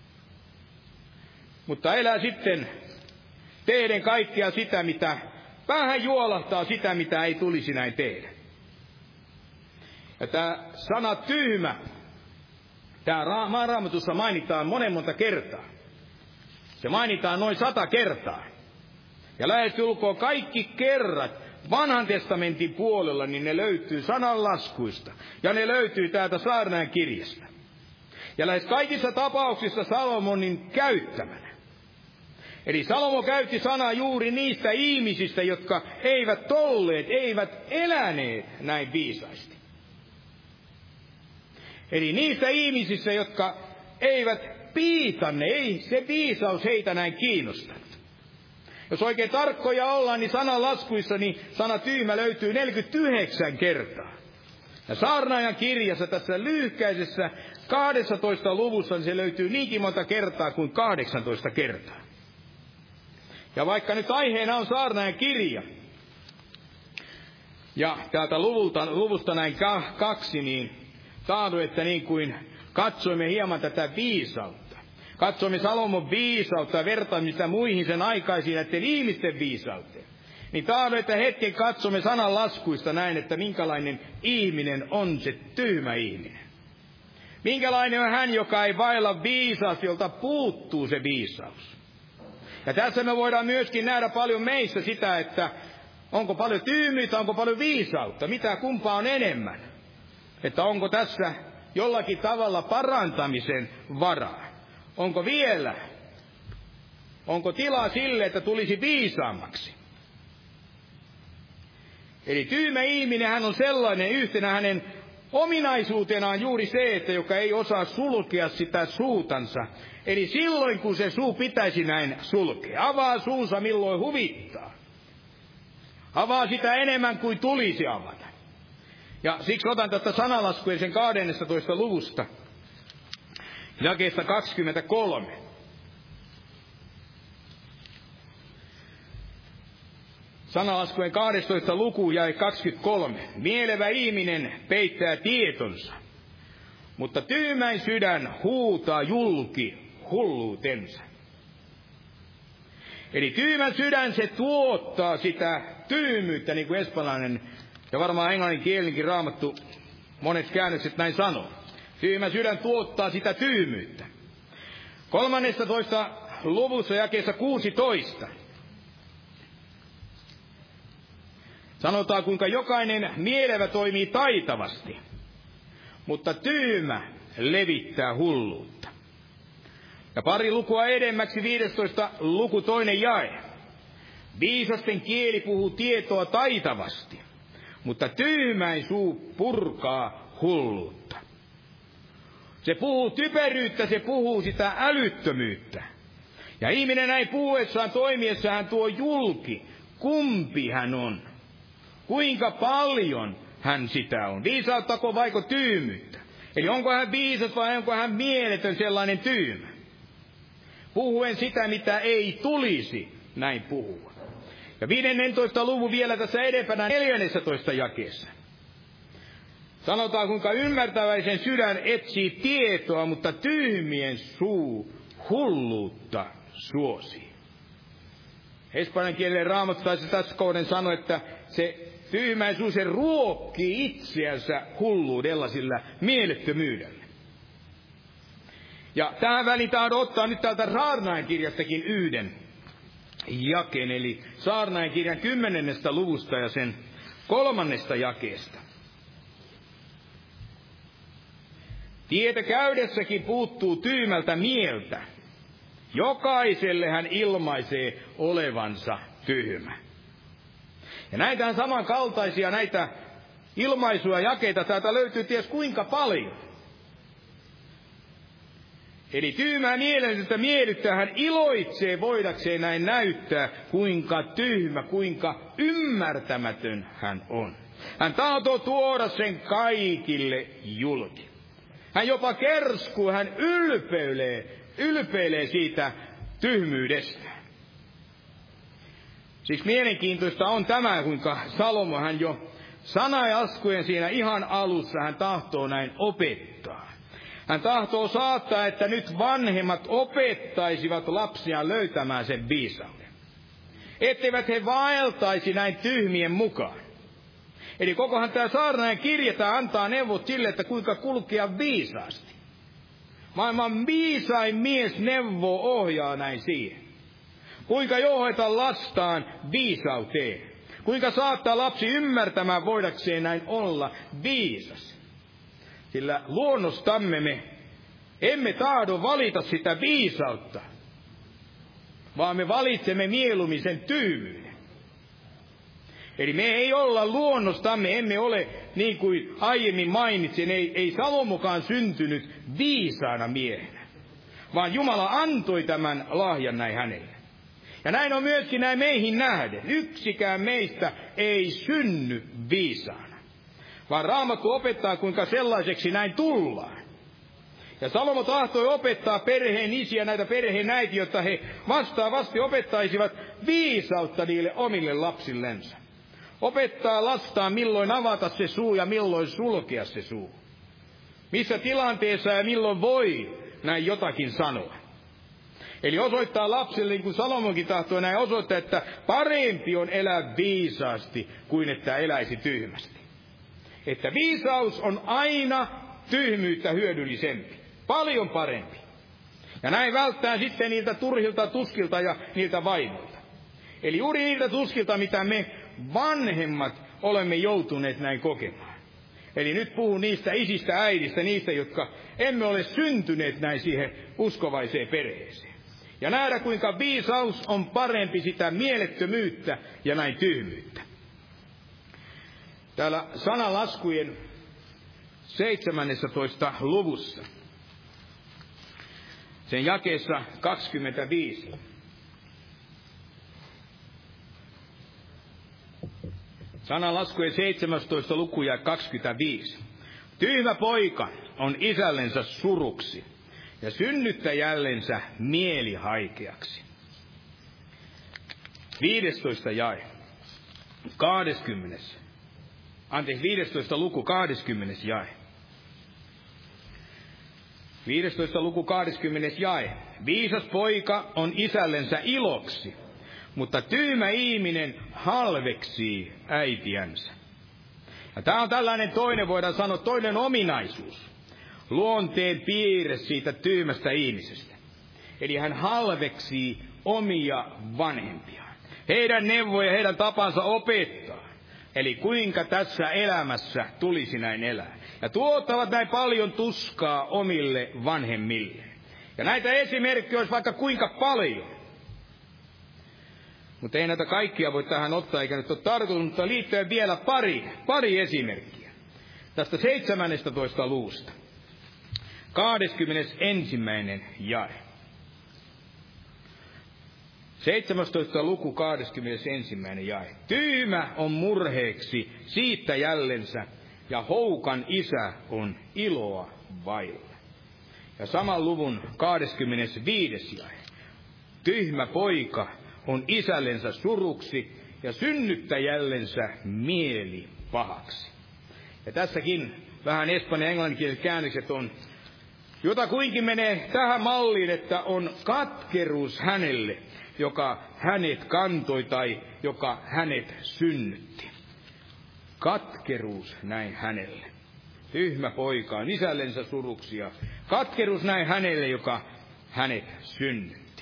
S2: Mutta elää sitten tehden kaikkea sitä, mitä vähän juolahtaa, sitä, mitä ei tulisi näin tehdä. Ja tämä sana tyhmä, tämä Raamatussa mainitaan monen monta kertaa. Se mainitaan noin sata kertaa. Ja lähestulkoon kaikki kerrat vanhan testamentin puolella, niin ne löytyy sananlaskuista. Ja ne löytyy täältä Saarnaajan kirjasta. Ja lähes kaikissa tapauksissa Salomonin käyttämänä. Eli Salomo käytti sanaa juuri niistä ihmisistä, jotka eivät olleet, eivät eläneet näin viisaasti. Eli niistä ihmisistä, jotka eivät piitanne, ei se viisaus heitä näin kiinnostanut. Jos oikein tarkkoja ollaan, niin sananlaskuissa niin sana tyhmä löytyy neljäkymmentäyhdeksän kertaa. Ja Saarnaajan kirjassa tässä lyhkäisessä kahdessatoista luvussa niin se löytyy niinkin monta kertaa kuin kahdeksantoista kertaa. Ja vaikka nyt aiheena on Saarnaajan kirja, ja täältä luvulta, luvusta näin kaksi, niin tahdon, että niin kuin katsoimme hieman tätä viisautta. Katsoimme Salomon viisautta ja vertaamista muihin sen aikaisiin näiden ihmisten viisauteen. Niin tahdon, että hetken katsomme sananlaskuista näin, että minkälainen ihminen on se tyhmä ihminen. Minkälainen on hän, joka ei vailla viisaasti, jolta puuttuu se viisaus. Ja tässä me voidaan myöskin nähdä paljon meissä sitä, että onko paljon tyhmyyttä, onko paljon viisautta, mitä kumpaa on enemmän. Että onko tässä jollakin tavalla parantamisen varaa. Onko vielä, onko tilaa sille, että tulisi viisaammaksi? Eli tyhmä ihminen, hän on sellainen, yhtenä hänen ominaisuutenaan juuri se, että joka ei osaa sulkea sitä suutansa. Eli silloin, kun se suu pitäisi näin sulkea, avaa suunsa milloin huvittaa. Avaa sitä enemmän kuin tulisi avata. Ja siksi otan tästä sanalaskujen sen kahdennestatoista luvusta, jakeesta kaksikymmentäkolme. Sanalaskujen kahdestoista luku jae kaksikymmentäkolme. Mielevä ihminen peittää tietonsa, mutta tyhmän sydän huutaa julki hulluutensa. Eli tyhmän sydän se tuottaa sitä tyhmyyttä, niin kuin espanjalainen ja varmaan englanninkielinenkin Raamattu monet käännökset näin sanoo. Tyhmä sydän tuottaa sitä tyhmyyttä. kolmannestatoista luvussa jakeessa kuusitoista. Sanotaan, kuinka jokainen mielevä toimii taitavasti, mutta tyhmä levittää hulluutta. Ja pari lukua edemmäksi viidestoista luku toinen jae. Viisasten kieli puhuu tietoa taitavasti, mutta tyhmäin suu purkaa hulluutta. Se puhuu typeryyttä, se puhuu sitä älyttömyyttä. Ja ihminen näin puhuessaan, toimiessaan hän tuo julki, kumpi hän on. Kuinka paljon hän sitä on. Viisauttako vaiko tyhmyyttä? Eli onko hän viisas vai onko hän mieletön sellainen tyhmä? Puhuen sitä, mitä ei tulisi näin puhua. Ja viidennentoista luvun vielä tässä edempänä neljännessätoista jakeessa. Sanotaan, kuinka ymmärtäväisen sydän etsii tietoa, mutta tyhmien suu hulluutta suosii. espanjankielinen Raamattu taisi tässä kohden sanoa, että se tyhmäisuus se ruokkii itseänsä hulluudella, sillä mielettömyydellä. Ja tähän väliin tahdon ottaa nyt täältä Saarnaajan kirjastakin yhden jakeen, eli Saarnaajan kirjan kymmenennestä luvusta ja sen kolmannesta jakeesta. Tietä käydessäkin puuttuu tyymältä mieltä. Jokaiselle hän ilmaisee olevansa tyhmä. Ja näitä samankaltaisia näitä ilmaisuja jakeita täältä löytyy ties kuinka paljon. Eli tyhmää mielellisestä miellyttää hän iloitsee voidakseen näin näyttää, kuinka tyhmä, kuinka ymmärtämätön hän on. Hän tahtoo tuoda sen kaikille julki. Hän jopa kerskuu, hän ylpeilee, ylpeilee siitä tyhmyydestä. Siis mielenkiintoista on tämä, kuinka Salomo hän jo sanajaskujen siinä ihan alussa hän tahtoo näin opettaa. Hän tahtoo saattaa, että nyt vanhemmat opettaisivat lapsia löytämään sen viisauden. Etteivät he vaeltaisi näin tyhmien mukaan. Eli kokohan tämä Saarnaajan kirja antaa neuvot sille, että kuinka kulkea viisaasti. Maailman viisain mies neuvoo ohjaa näin siihen. Kuinka joheta lastaan viisauteen. Kuinka saattaa lapsi ymmärtämään voidakseen näin olla viisas. Sillä luonnostamme me emme tahdo valita sitä viisautta, vaan me valitsemme mieluummin sen tyhmyyden. Eli me ei olla luonnostamme, emme ole, niin kuin aiemmin mainitsin, ei, ei Salomokaan syntynyt viisaana miehenä, vaan Jumala antoi tämän lahjan näin hänelle. Ja näin on myöskin näin meihin nähden. Yksikään meistä ei synny viisaana, vaan Raamattu opettaa, kuinka sellaiseksi näin tullaan. Ja Salomo tahtoi opettaa perheen isiä, näitä perheen äitiä, jotta he vastaavasti opettaisivat viisautta niille omille lapsillensa. Opettaa lastaan, milloin avata se suu ja milloin sulkea se suu. Missä tilanteessa ja milloin voi näin jotakin sanoa. Eli osoittaa lapsille, niin kuin Salomonkin tahtoi näin osoittaa, että parempi on elää viisaasti kuin että eläisi tyhmästi. Että viisaus on aina tyhmyyttä hyödyllisempi. Paljon parempi. Ja näin välttää sitten niiltä turhilta tuskilta ja niiltä vaimoilta. Eli juuri niiltä tuskilta, mitä me vanhemmat olemme joutuneet näin kokemaan. Eli nyt puhun niistä isistä, äidistä, niistä, jotka emme ole syntyneet näin siihen uskovaiseen perheeseen. Ja nähdä, kuinka viisaus on parempi sitä mielettömyyttä ja näin tyhmyyttä. Täällä sanalaskujen seitsemännessä luvussa, sen jakeessa kaksikymmentäviisi. Sanalaskujen seitsemästoista luku ja kaksikymmentäviisi. Tyhmä poika on isällensä suruksi ja synnyttäjällensä mielihaikeaksi. viidestoista jae. kahdeskymmenes. Anteeksi, viidestoista luku, kahdeskymmenes jae. viidestoista luku, kahdeskymmenes jae. Viisas poika on isällensä iloksi, mutta tyhmä ihminen halveksii äitiänsä. Ja tämä on tällainen toinen, voidaan sanoa, toinen ominaisuus. Luonteen piirre siitä tyhmästä ihmisestä. Eli hän halveksii omia vanhempiaan. Heidän neuvoja, heidän tapansa opettaa. Eli kuinka tässä elämässä tulisi näin elää. Ja tuottavat näin paljon tuskaa omille vanhemmille. Ja näitä esimerkkejä olisi vaikka kuinka paljon. Mutta ei näitä kaikkia voi tähän ottaa, eikä nyt ole tarkoitus, mutta liittyen vielä pari, pari esimerkkiä. Tästä seitsemännestätoista luvusta. kahdeskymmenesensimmäinen jae. seitsemästoista luku, kahdeskymmenesensimmäinen jae. Tyhmä on murheeksi siitä jällensä, ja houkan isä on iloa vailla. Ja saman luvun kahdeskymmenesviides jae. Tyhmä poika on isällensä suruksi, ja synnyttäjällensä mieli pahaksi. Ja tässäkin vähän espanjan ja englanninkieliset käännökset on jota kuinkin menee tähän malliin, että on katkeruus hänelle, joka hänet kantoi tai joka hänet synnytti. Katkeruus näin hänelle. Tyhmä poika on isällensä suruksia. Katkeruus näin hänelle, joka hänet synnytti.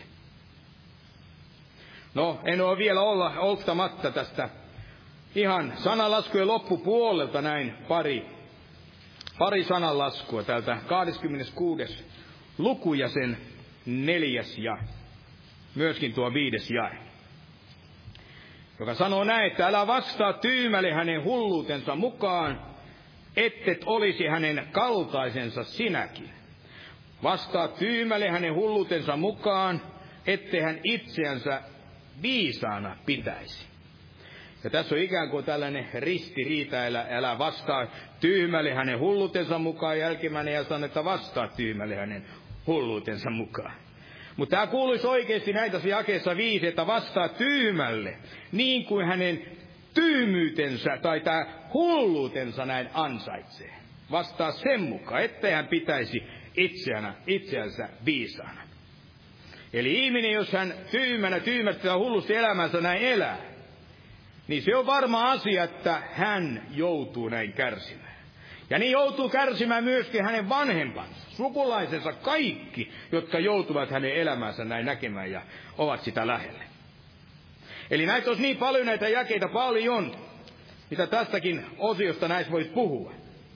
S2: No, en ole vielä olla olktamatta tästä ihan sananlaskujen loppupuolelta näin pari, pari sananlaskua täältä kahdeskymmeneskuudes luku ja sen neljäs ja myöskin tuo viides jae, joka sanoo näin, että älä vastaa tyhmälle hänen hulluutensa mukaan, ettet olisi hänen kaltaisensa sinäkin. Vastaa tyhmälle hänen hulluutensa mukaan, ettei hän itseänsä viisaana pitäisi. Ja tässä on ikään kuin tällainen ristiriita, älä, älä vastaa tyhmälle hänen hulluutensa mukaan, jälkimmäinen ja sanoo, että vastaa tyhmälle hänen hulluutensa mukaan. Mutta tämä kuuluisi oikeasti näitä jakeessa viisi, että vastaa tyhmälle, niin kuin hänen tyhmyytensä tai tämä hulluutensa näin ansaitsee. Vastaa sen mukaan, ettei hän pitäisi itseänä, itseänsä viisaana. Eli ihminen, jos hän tyhmänä, tyhmästi ja hullusti elämänsä näin elää, niin se on varma asia, että hän joutuu näin kärsimään. Ja niin joutuu kärsimään myöskin hänen vanhempansa, sukulaisensa, kaikki, jotka joutuvat hänen elämänsä näin näkemään ja ovat sitä lähelle. Eli näitä olisi niin paljon näitä jakeita paljon, mitä tästäkin osiosta näistä voisi puhua.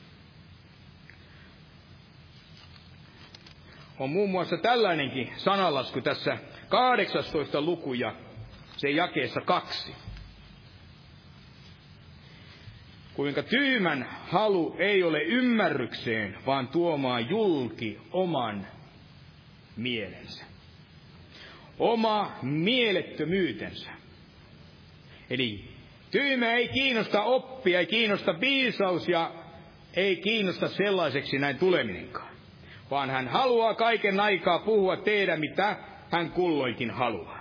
S2: On muun muassa tällainenkin sananlasku tässä kahdeksastoista luku ja sen jakeessa kaksi. Kuinka tyymän halu ei ole ymmärrykseen, vaan tuomaan julki oman mielensä. Oma mielettömyytensä. Eli tyymä ei kiinnosta oppia, ei kiinnosta viisaus ja ei kiinnosta sellaiseksi näin tuleminenkaan. Vaan hän haluaa kaiken aikaa puhua tehdä, mitä hän kulloinkin haluaa.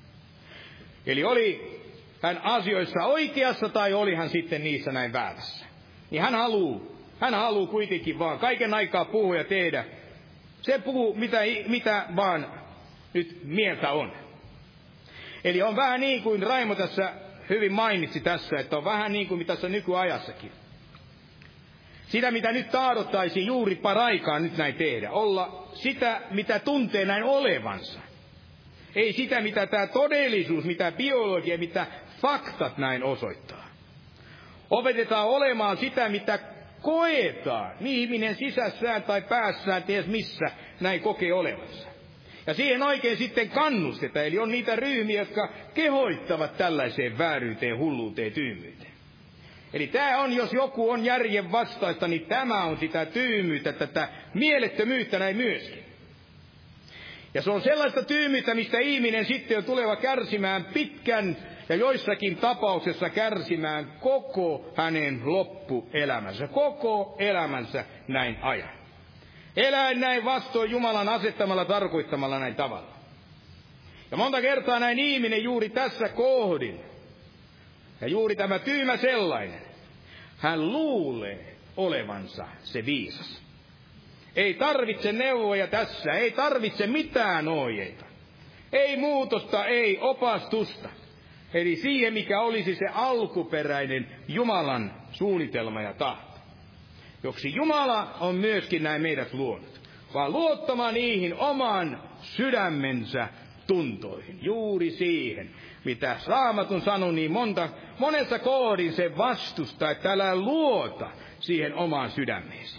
S2: Eli oli hän asioissa oikeassa tai oli hän sitten niissä näin väärässä. Niin hän haluaa, hän haluaa kuitenkin vaan kaiken aikaa puhua ja tehdä. Se puhuu, mitä, mitä vaan nyt mieltä on. Eli on vähän niin kuin Raimo tässä hyvin mainitsi tässä, että on vähän niin kuin tässä nykyajassakin. Sitä, mitä nyt tahdottaisiin juuri paraikaa nyt näin tehdä. Olla sitä, mitä tuntee näin olevansa. Ei sitä, mitä tämä todellisuus, mitä biologia, mitä faktat näin osoittaa. Opetetaan olemaan sitä, mitä koetaan. Niin ihminen sisässään tai päässään, ties missä, näin kokee olevansa. Ja siihen oikein sitten kannustetaan. Eli on niitä ryhmiä, jotka kehoittavat tällaiseen vääryyteen, hulluuteen, tyhmyyteen. Eli tämä on, jos joku on järjen vastaista, niin tämä on sitä tyhmyyttä, tätä mielettömyyttä näin myöskin. Ja se on sellaista tyhmyyttä, mistä ihminen sitten on tuleva kärsimään pitkän ja joissakin tapauksessa kärsimään koko hänen loppuelämänsä, koko elämänsä näin ajan. Eläen näin vastoin Jumalan asettamalla, tarkoittamalla näin tavalla. Ja monta kertaa näin ihminen juuri tässä kohdin, ja juuri tämä tyhmä sellainen, hän luulee olevansa se viisas. Ei tarvitse neuvoja tässä, ei tarvitse mitään ohjeita. Ei muutosta, ei opastusta. Eli siihen, mikä olisi se alkuperäinen Jumalan suunnitelma ja tahto. Joksi Jumala on myöskin näin meidät luonut. Vaan luottamaan niihin oman sydämensä tuntoihin. Juuri siihen, mitä Raamatun sanoi niin monta, monessa kohdin se vastustaa, että älä luota siihen omaan sydämeesi.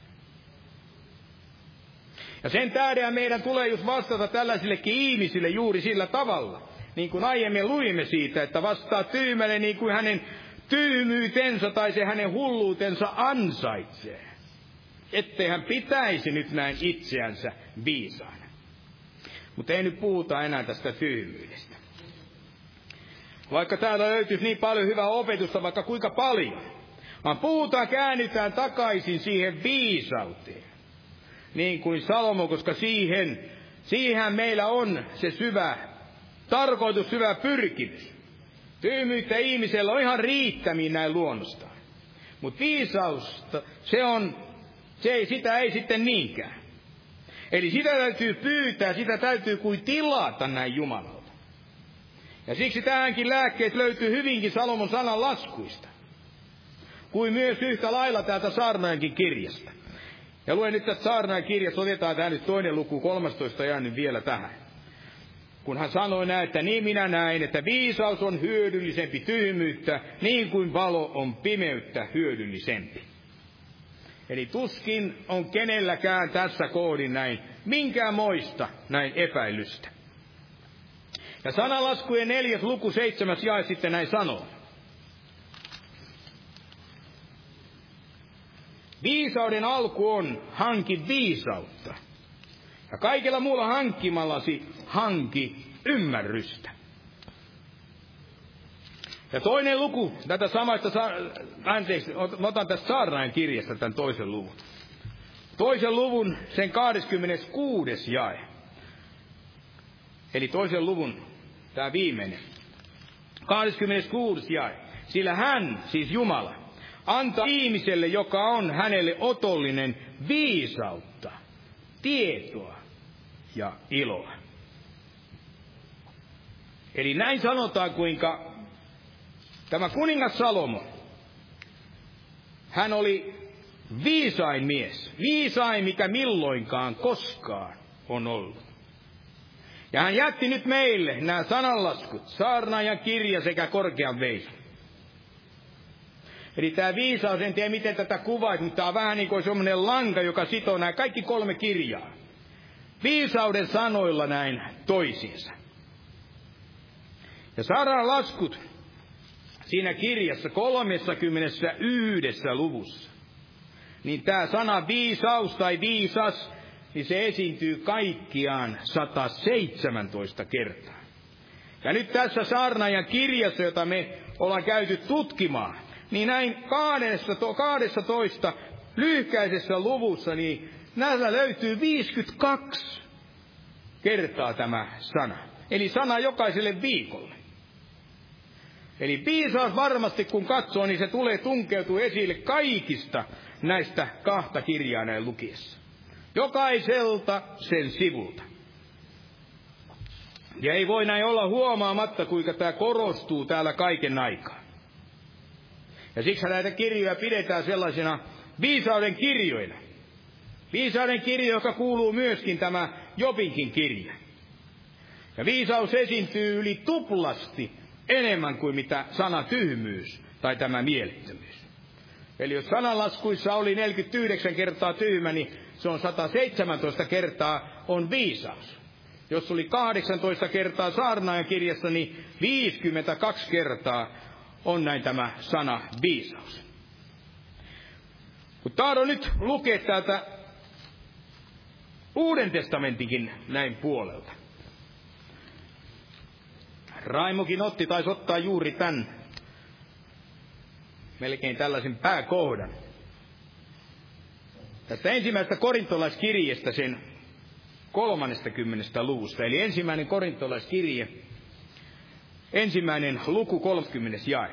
S2: Ja sen tähden meidän tulee just vastata tällaisillekin ihmisille juuri sillä tavalla. Niin kuin aiemmin luimme siitä, että vastaa tyhmälle niin kuin hänen tyhmyytensä tai se hänen hulluutensa ansaitsee. Ettei hän pitäisi nyt näin itseänsä viisaana. Mutta ei nyt puhuta enää tästä tyhmyydestä. Vaikka täällä löytyisi niin paljon hyvää opetusta, vaikka kuinka paljon. Vaan puhutaan, käännytään takaisin siihen viisauteen. Niin kuin Salomo, koska siihen, siihen meillä on se syvä tarkoitus, syvä pyrkimys. Tyhmyyttä ihmisellä on ihan riittämiin näin luonnostaan. Mutta viisaus, se on, se ei, sitä ei sitten niinkään. Eli sitä täytyy pyytää, sitä täytyy kuin tilata näin Jumalalta. Ja siksi tähänkin lääkkeet löytyy hyvinkin Salomon sanan laskuista. Kuin myös yhtä lailla täältä Saarnaajankin kirjasta. Ja luen nyt tästä Saarnaajan kirjasta, otetaan tähän nyt toinen luku, kolmastoista jäänyt vielä tähän. Kun hän sanoi näin, että niin minä näin, että viisaus on hyödyllisempi tyhmyyttä, niin kuin valo on pimeyttä hyödyllisempi. Eli tuskin on kenelläkään tässä kohdin näin minkäänmoista näin epäilystä. Ja sanalaskujen neljäs luku seitsemäs jae sitten näin sanoo. Viisauden alku on hanki viisautta. Ja kaikella muulla hankkimallasi hanki ymmärrystä. Ja toinen luku, tätä samaista, anteeksi, otan tästä Saarnaajan kirjasta tämän toisen luvun. Toisen luvun, sen kahdeskymmeneskuudes jae. Eli toisen luvun, tämä viimeinen. kahdeskymmeneskuudes jae. Sillä hän, siis Jumala, antaa ihmiselle, joka on hänelle otollinen, viisautta, tietoa ja iloa. Eli näin sanotaan, kuinka tämä kuningas Salomo, hän oli viisain mies, viisain mikä milloinkaan koskaan on ollut. Ja hän jätti nyt meille nämä sananlaskut, Saarnaajan kirja sekä korkean veisun. Eli tämä viisaus, en tiedä miten tätä kuvait, mutta tämä on vähän niin kuin semmoinen lanka, joka sitoo nämä kaikki kolme kirjaa. Viisauden sanoilla näin toisiinsa. Ja Saarnaajan laskut siinä kirjassa kolmekymmentäyksi luvussa, niin tämä sana viisaus tai viisas, niin se esiintyy kaikkiaan sata seitsemäntoista kertaa. Ja nyt tässä Saarnaajan kirjassa, jota me ollaan käyty tutkimaan, niin näin kaksitoista lyhkäisessä luvussa, niin näillä löytyy viisikymmentäkaksi kertaa tämä sana. Eli sana jokaiselle viikolle. Eli viisaus varmasti kun katsoo, niin se tulee tunkeutua esille kaikista näistä kahta kirjaa näin lukiessa. Jokaiselta sen sivulta. Ja ei voi näin olla huomaamatta, kuinka tämä korostuu täällä kaiken aikaa. Ja siksi näitä kirjoja pidetään sellaisina viisauden kirjoina. Viisauden kirja, joka kuuluu myöskin tämä Jobinkin kirja. Ja viisaus esiintyy yli tuplasti enemmän kuin mitä sana tyhmyys tai tämä mielettömyys. Eli jos sananlaskuissa oli neljäkymmentäyhdeksän kertaa tyhmä, niin se on sata seitsemäntoista kertaa on viisaus. Jos oli kahdeksantoista kertaa Saarnaajan kirjassa, niin viisikymmentäkaksi kertaa on näin tämä sana viisaus. Mutta tahdon nyt lukea täältä Uuden testamentinkin näin puolelta. Raimokin otti, taisi ottaa juuri tämän, melkein tällaisen pääkohdan. Tästä ensimmäisestä korintolaiskirjeestä sen kolmannesta luvusta, eli ensimmäinen korintolaiskirje, ensimmäinen luku kolmekymmentä jae.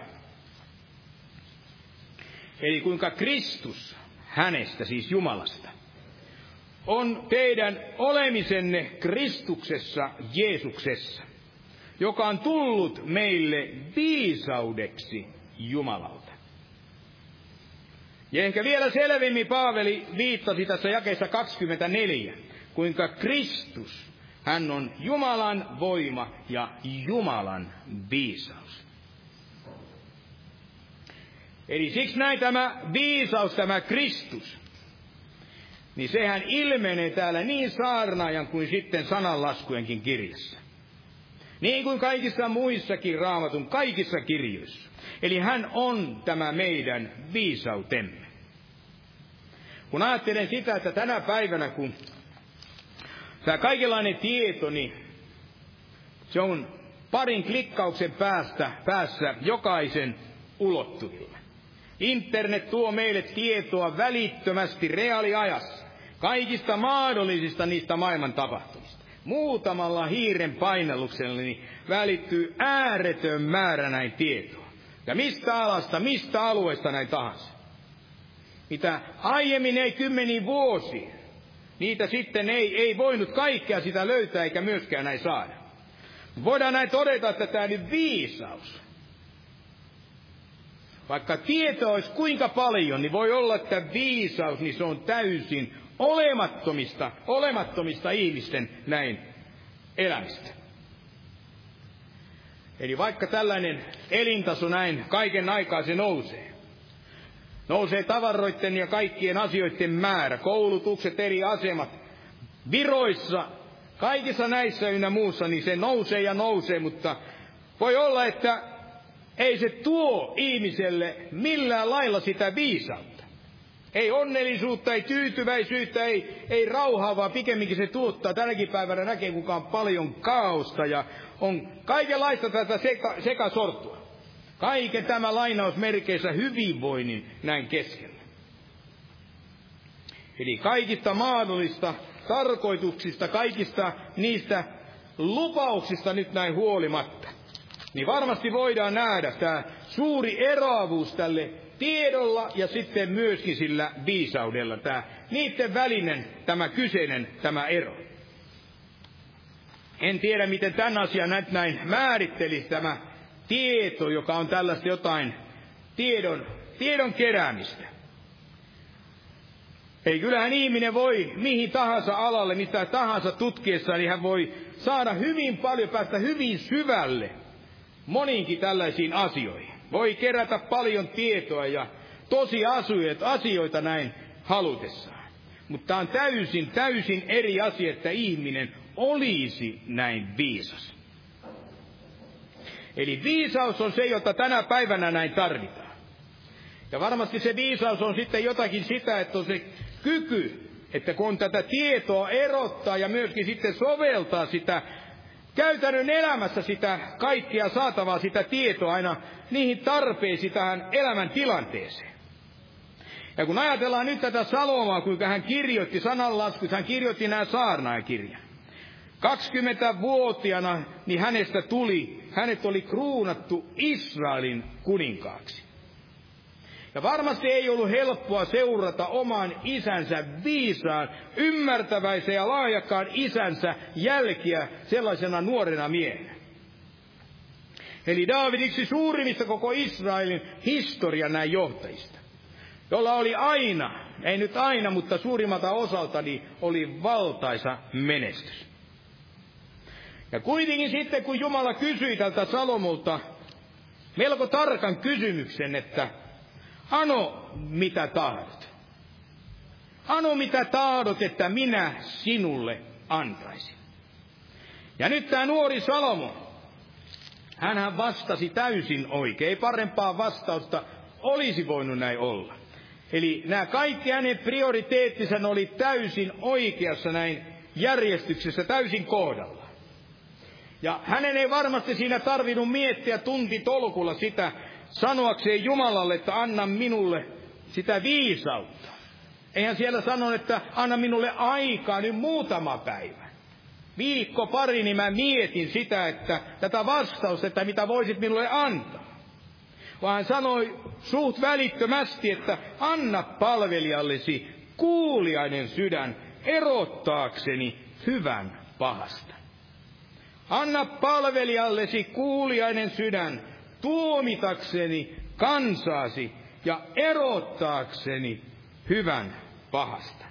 S2: Eli kuinka Kristus hänestä, siis Jumalasta, on teidän olemisenne Kristuksessa Jeesuksessa, joka on tullut meille viisaudeksi Jumalalta. Ja ehkä vielä selvemmin Paavali viittasi tässä jakeessa kaksikymmentäneljä, kuinka Kristus, hän on Jumalan voima ja Jumalan viisaus. Eli siksi näin tämä viisaus, tämä Kristus, niin sehän ilmenee täällä niin Saarnaajan kuin sitten sananlaskujenkin kirjassa. Niin kuin kaikissa muissakin Raamatun kaikissa kirjoissa. Eli hän on tämä meidän viisautemme. Kun ajattelen sitä, että tänä päivänä, kun tämä kaikenlainen tieto, niin se on parin klikkauksen päästä, päässä jokaisen ulottuvilla. Internet tuo meille tietoa välittömästi reaaliajassa, kaikista mahdollisista niistä maailman tapahtumista. Muutamalla hiiren painalluksella niin välittyy ääretön määrä näin tietoa. Ja mistä alasta, mistä alueesta näin tahansa. Mitä aiemmin ei kymmeniin vuosiin, niitä sitten ei, ei voinut kaikkea sitä löytää eikä myöskään näin saada. Voidaan näin todeta, että tämä nyt viisaus. Vaikka tietoa olisi kuinka paljon, niin voi olla, että viisaus, niin se on täysin olemattomista, olemattomista ihmisten näin elämistä. Eli vaikka tällainen elintaso näin kaiken aikaa se nousee. Nousee tavaroiden ja kaikkien asioiden määrä, koulutukset, eri asemat, viroissa, kaikissa näissä ynnä muussa, niin se nousee ja nousee, mutta voi olla, että ei se tuo ihmiselle millään lailla sitä viisautta. Ei onnellisuutta, ei tyytyväisyyttä, ei, ei rauhaa, vaan pikemminkin se tuottaa. Tänäkin päivänä näkee, kuinka on paljon kaaosta ja on kaikenlaista tätä seka, sekasortua. Kaiken tämä lainausmerkeissä hyvinvoinnin näin keskellä. Eli kaikista mahdollista tarkoituksista, kaikista niistä lupauksista nyt näin huolimatta, niin varmasti voidaan nähdä tämä suuri eroavuus tälle tiedolla ja sitten myöskin sillä viisaudella. Tämä niiden välinen, tämä kyseinen, tämä ero. En tiedä, miten tämän asian näin, näin määrittelisi tämä tieto, joka on tällaista jotain tiedon, tiedon keräämistä. Ei kyllähän ihminen voi mihin tahansa alalle, mitä tahansa tutkiessa, niin hän voi saada hyvin paljon, päästä hyvin syvälle moniinkin tällaisiin asioihin. Voi kerätä paljon tietoa ja tosiasioita asioita näin halutessaan. Mutta on täysin, täysin eri asia, että ihminen olisi näin viisas. Eli viisaus on se, jota tänä päivänä näin tarvitaan. Ja varmasti se viisaus on sitten jotakin sitä, että on se kyky, että kun tätä tietoa erottaa ja myöskin sitten soveltaa sitä käytännön elämässä sitä kaikkia saatavaa sitä tietoa aina niihin tarpeisiin tähän elämän tilanteeseen. Ja kun ajatellaan nyt tätä Salomoa, kuinka hän kirjoitti sananlaskut, hän kirjoitti nämä saarnaajakirjan. kaksikymmentävuotiaana niin hänestä tuli, hänet oli kruunattu Israelin kuninkaaksi. Ja varmasti ei ollut helppoa seurata oman isänsä viisaan, ymmärtäväisen ja laajakkaan isänsä jälkiä sellaisena nuorena miehenä. Eli Daavid yksi suurimmista koko Israelin historian näin johtajista, jolla oli aina, ei nyt aina, mutta suurimmalta osalta, niin oli valtaisa menestys. Ja kuitenkin sitten, kun Jumala kysyi tältä Salomolta melko tarkan kysymyksen, että ano, mitä tahdot? Ano, mitä tahdot, että minä sinulle antaisin? Ja nyt tämä nuori Salomo, hänhän vastasi täysin oikein. Ei parempaa vastausta olisi voinut näin olla. Eli nämä kaikki hänen prioriteettinsa oli täysin oikeassa näin järjestyksessä, täysin kohdalla. Ja hänen ei varmasti siinä tarvinnut miettiä tuntitolkulla sitä, sanoakseen Jumalalle, että anna minulle sitä viisautta. Eihän siellä sano, että anna minulle aikaa nyt muutama päivä. Viikko pari, niin mä mietin sitä, että tätä vastausta, että mitä voisit minulle antaa. Vaan hän sanoi suht välittömästi, että anna palvelijallesi kuuliainen sydän erottaakseni hyvän pahasta. Anna palvelijallesi kuuliainen sydän tuomitakseni kansaasi ja erottaakseni hyvän pahasta.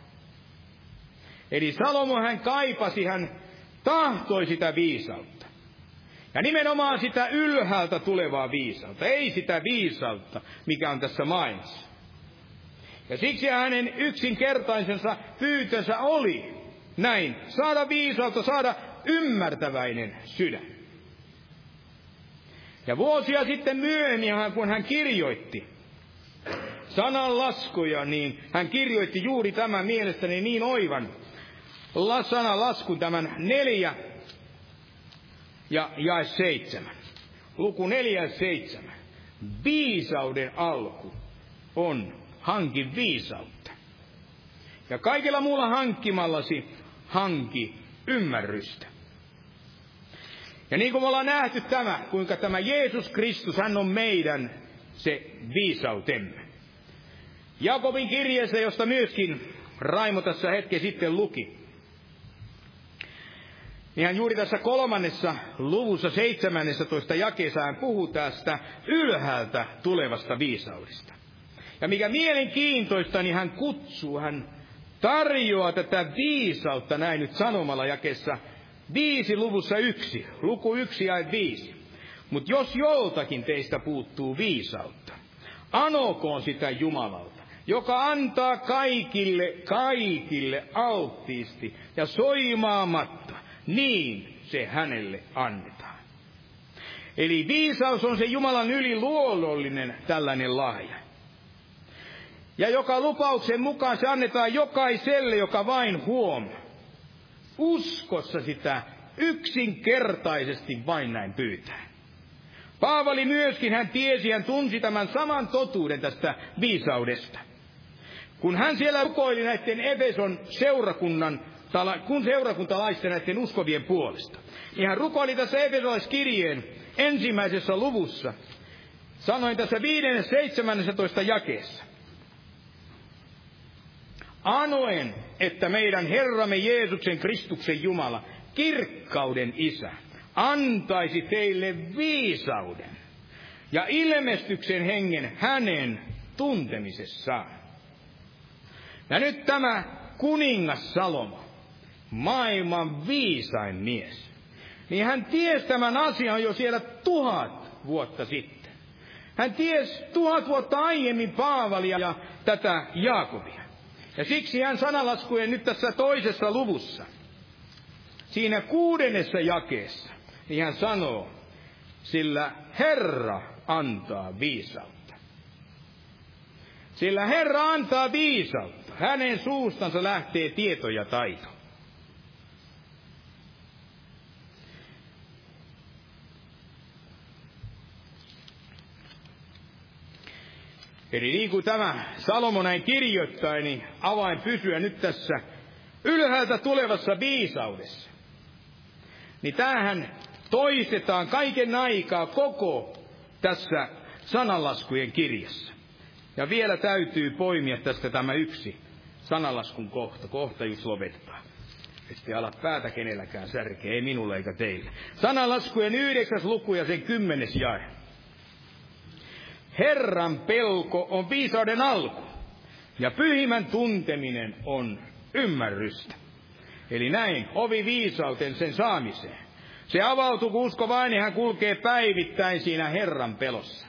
S2: Eli Salomo hän kaipasi, hän tahtoi sitä viisautta. Ja nimenomaan sitä ylhäältä tulevaa viisautta, ei sitä viisautta, mikä on tässä maailmassa. Ja siksi hänen yksinkertaisensa pyytönsä oli näin, saada viisautta, saada ymmärtäväinen sydän. Ja vuosia sitten myöhemmin, kun hän kirjoitti sananlaskuja, niin hän kirjoitti juuri tämän mielestäni niin oivan sananlaskun, tämän neljä ja jae seitsemän. Luku neljä ja seitsemän. Viisauden alku on hanki viisautta. Ja kaikilla muulla hankkimallasi hanki ymmärrystä. Ja niin kuin me ollaan nähty tämä, kuinka tämä Jeesus Kristus, hän on meidän se viisautemme. Jakobin kirjeessä, josta myöskin Raimo tässä hetken sitten luki. Niin hän juuri tässä kolmannessa luvussa seitsemäntoista jakeessa hän puhuu tästä ylhäältä tulevasta viisaudesta. Ja mikä mielenkiintoista, niin hän kutsuu, hän tarjoaa tätä viisautta näin nyt sanomalla jakeessa viisi luvussa yksi, luku yksi ja viisi. Mutta jos joltakin teistä puuttuu viisautta, anokoon sitä Jumalalta, joka antaa kaikille, kaikille alttiisti ja soimaamatta, niin se hänelle annetaan. Eli viisaus on se Jumalan yliluonnollinen tällainen lahja. Ja joka lupauksen mukaan se annetaan jokaiselle, joka vain huomaa. Uskossa sitä yksinkertaisesti vain näin pyytää. Paavali myöskin, hän tiesi, hän tunsi tämän saman totuuden tästä viisaudesta. Kun hän siellä rukoili näiden Efeson seurakunnan, kun seurakuntalaisten näiden uskovien puolesta, niin hän rukoili tässä Efesolaiskirjeen ensimmäisessä luvussa, sanoin tässä viides seitsemännessä jakeessa. Anoen, että meidän Herramme Jeesuksen Kristuksen Jumala, kirkkauden Isä, antaisi teille viisauden ja ilmestyksen hengen hänen tuntemisessaan. Ja nyt tämä kuningas Salomo, maailman viisain mies, niin hän tiesi tämän asian jo siellä tuhat vuotta sitten. Hän tiesi tuhat vuotta aiemmin Paavalia ja tätä Jaakobia. Ja siksi hän sanalaskujen nyt tässä toisessa luvussa, siinä kuudennessa jakeessa, niin hän sanoo, sillä Herra antaa viisautta. Sillä Herra antaa viisautta. Hänen suustansa lähtee tieto ja taito. Eli niin kuin tämä Salomo näin kirjoittaa, niin avain pysyä nyt tässä ylhäältä tulevassa viisaudessa. Niin tämähän toistetaan kaiken aikaa koko tässä sananlaskujen kirjassa. Ja vielä täytyy poimia tästä tämä yksi sananlaskun kohta. Kohta just lopettaa. Ettei ala päätä kenelläkään särkeä, ei minulle eikä teille. Sananlaskujen yhdeksäs luku ja sen kymmenes jae. Herran pelko on viisauden alku, ja pyhimmän tunteminen on ymmärrystä. Eli näin, ovi viisauteen sen saamiseen. Se avautuu, kun uskovainen hän kulkee päivittäin siinä Herran pelossa.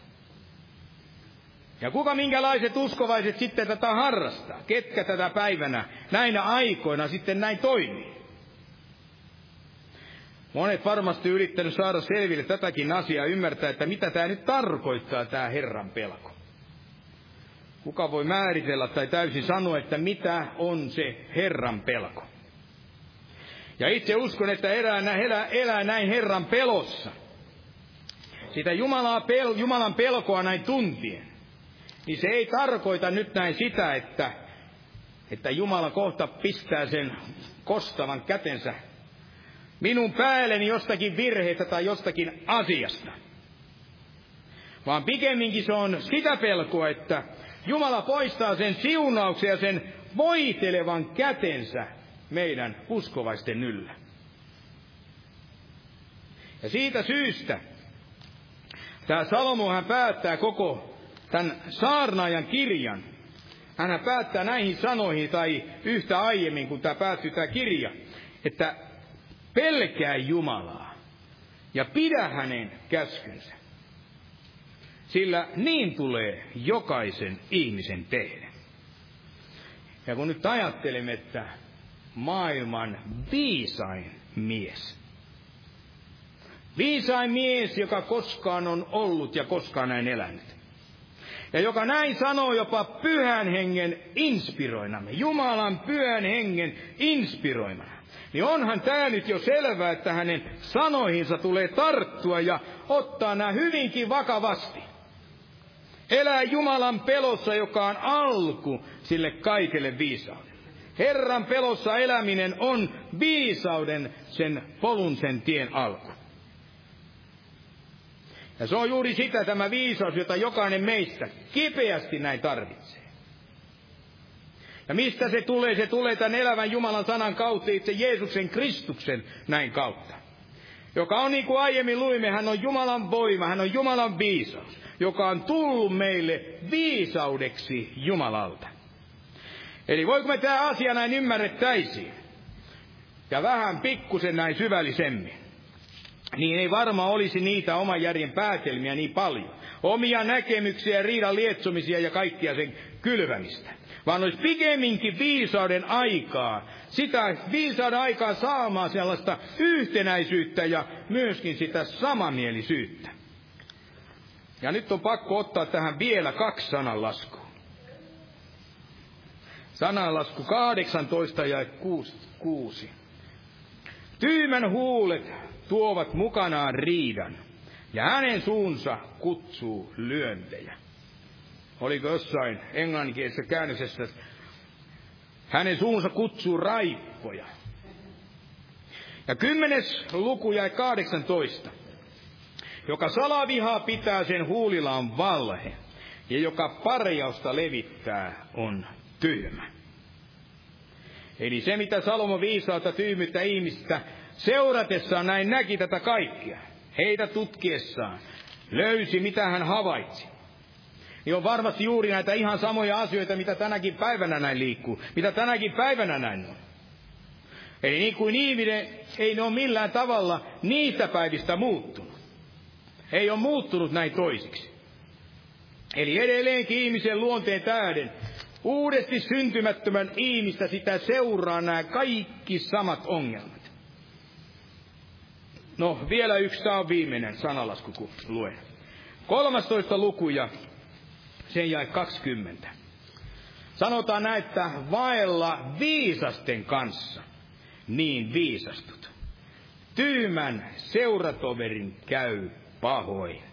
S2: Ja kuka minkälaiset uskovaiset sitten tätä harrastaa? Ketkä tätä päivänä näinä aikoina sitten näin toimii? Monet varmasti yrittänyt saada selville tätäkin asiaa, ymmärtää, että mitä tämä nyt tarkoittaa, tämä Herran pelko. Kuka voi määritellä tai täysin sanoa, että mitä on se Herran pelko? Ja itse uskon, että elää, elää, elää näin Herran pelossa. Sitä Jumalaa, pel, Jumalan pelkoa näin tuntien. Niin se ei tarkoita nyt näin sitä, että, että Jumala kohta pistää sen kostavan kätensä minun päälleni jostakin virheestä tai jostakin asiasta. Vaan pikemminkin se on sitä pelkoa, että Jumala poistaa sen siunauksen ja sen voitelevan kätensä meidän uskovaisten yllä. Ja siitä syystä tämä Salomo hän päättää koko tämän saarnaajan kirjan. Hän päättää näihin sanoihin tai yhtä aiemmin, kun tämä päättyy tämä kirja, että pelkää Jumalaa ja pidä hänen käskynsä, sillä niin tulee jokaisen ihmisen tehdä. Ja kun nyt ajattelemme, että maailman viisain mies, viisain mies, joka koskaan on ollut ja koskaan näin elänyt, ja joka näin sanoo jopa pyhän hengen inspiroinamme, Jumalan pyhän hengen inspiroimana, niin onhan tämä nyt jo selvää, että hänen sanoihinsa tulee tarttua ja ottaa nämä hyvinkin vakavasti. Elää Jumalan pelossa, joka on alku sille kaikelle viisaudelle. Herran pelossa eläminen on viisauden, sen polun, sen tien alku. Ja se on juuri sitä tämä viisaus, jota jokainen meistä kipeästi näin tarvitsee. Ja mistä se tulee? Se tulee tämän elävän Jumalan sanan kautta, itse Jeesuksen Kristuksen näin kautta. Joka on niin kuin aiemmin luimme, hän on Jumalan voima, hän on Jumalan viisaus, joka on tullut meille viisaudeksi Jumalalta. Eli voiko me tämä asia näin ymmärrettäisiin? Ja vähän pikkusen näin syvällisemmin. Niin ei varmaan olisi niitä oman järjen päätelmiä niin paljon. Omia näkemyksiä, riidan lietsomisia ja kaikkia sen kylvämistä. Vaan olisi pikemminkin viisauden aikaa. Sitä viisauden aikaa saamaan sellaista yhtenäisyyttä ja myöskin sitä samanmielisyyttä. Ja nyt on pakko ottaa tähän vielä kaksi sananlaskua. Sananlasku kahdeksantoista ja kuusi. Tyymän huulet tuovat mukanaan riidan, ja hänen suunsa kutsuu lyöntejä. Oliko jossain englanninkielisessä käännöksessä, hänen suunsa kutsuu raippoja. Ja kymmenes luku jäi kahdeksantoista. Joka salavihaa pitää, sen huulilla on valhe, ja joka parjausta levittää on tyhmä. Eli se, mitä Salomo viisautta tyhmyyttä ihmistä seuratessaan näin näki tätä kaikkea, heitä tutkiessaan, löysi mitä hän havaitsi. Niin on varmasti juuri näitä ihan samoja asioita, mitä tänäkin päivänä näin liikkuu, mitä tänäkin päivänä näin on. Eli niin kuin ihminen ei ne ole millään tavalla niistä päivistä muuttunut. Ei ole muuttunut näin toisiksi. Eli edelleenkin ihmisen luonteen tähden, uudesti syntymättömän ihmistä sitä seuraa nämä kaikki samat ongelmat. No, vielä yksi, tämä on viimeinen sanalasku, kun luen. kolmastoista luku ja sen jäi kaksikymmentä. Sanotaan näin, että vaella viisasten kanssa niin viisastut. Tyymän seuratoverin käy pahoin.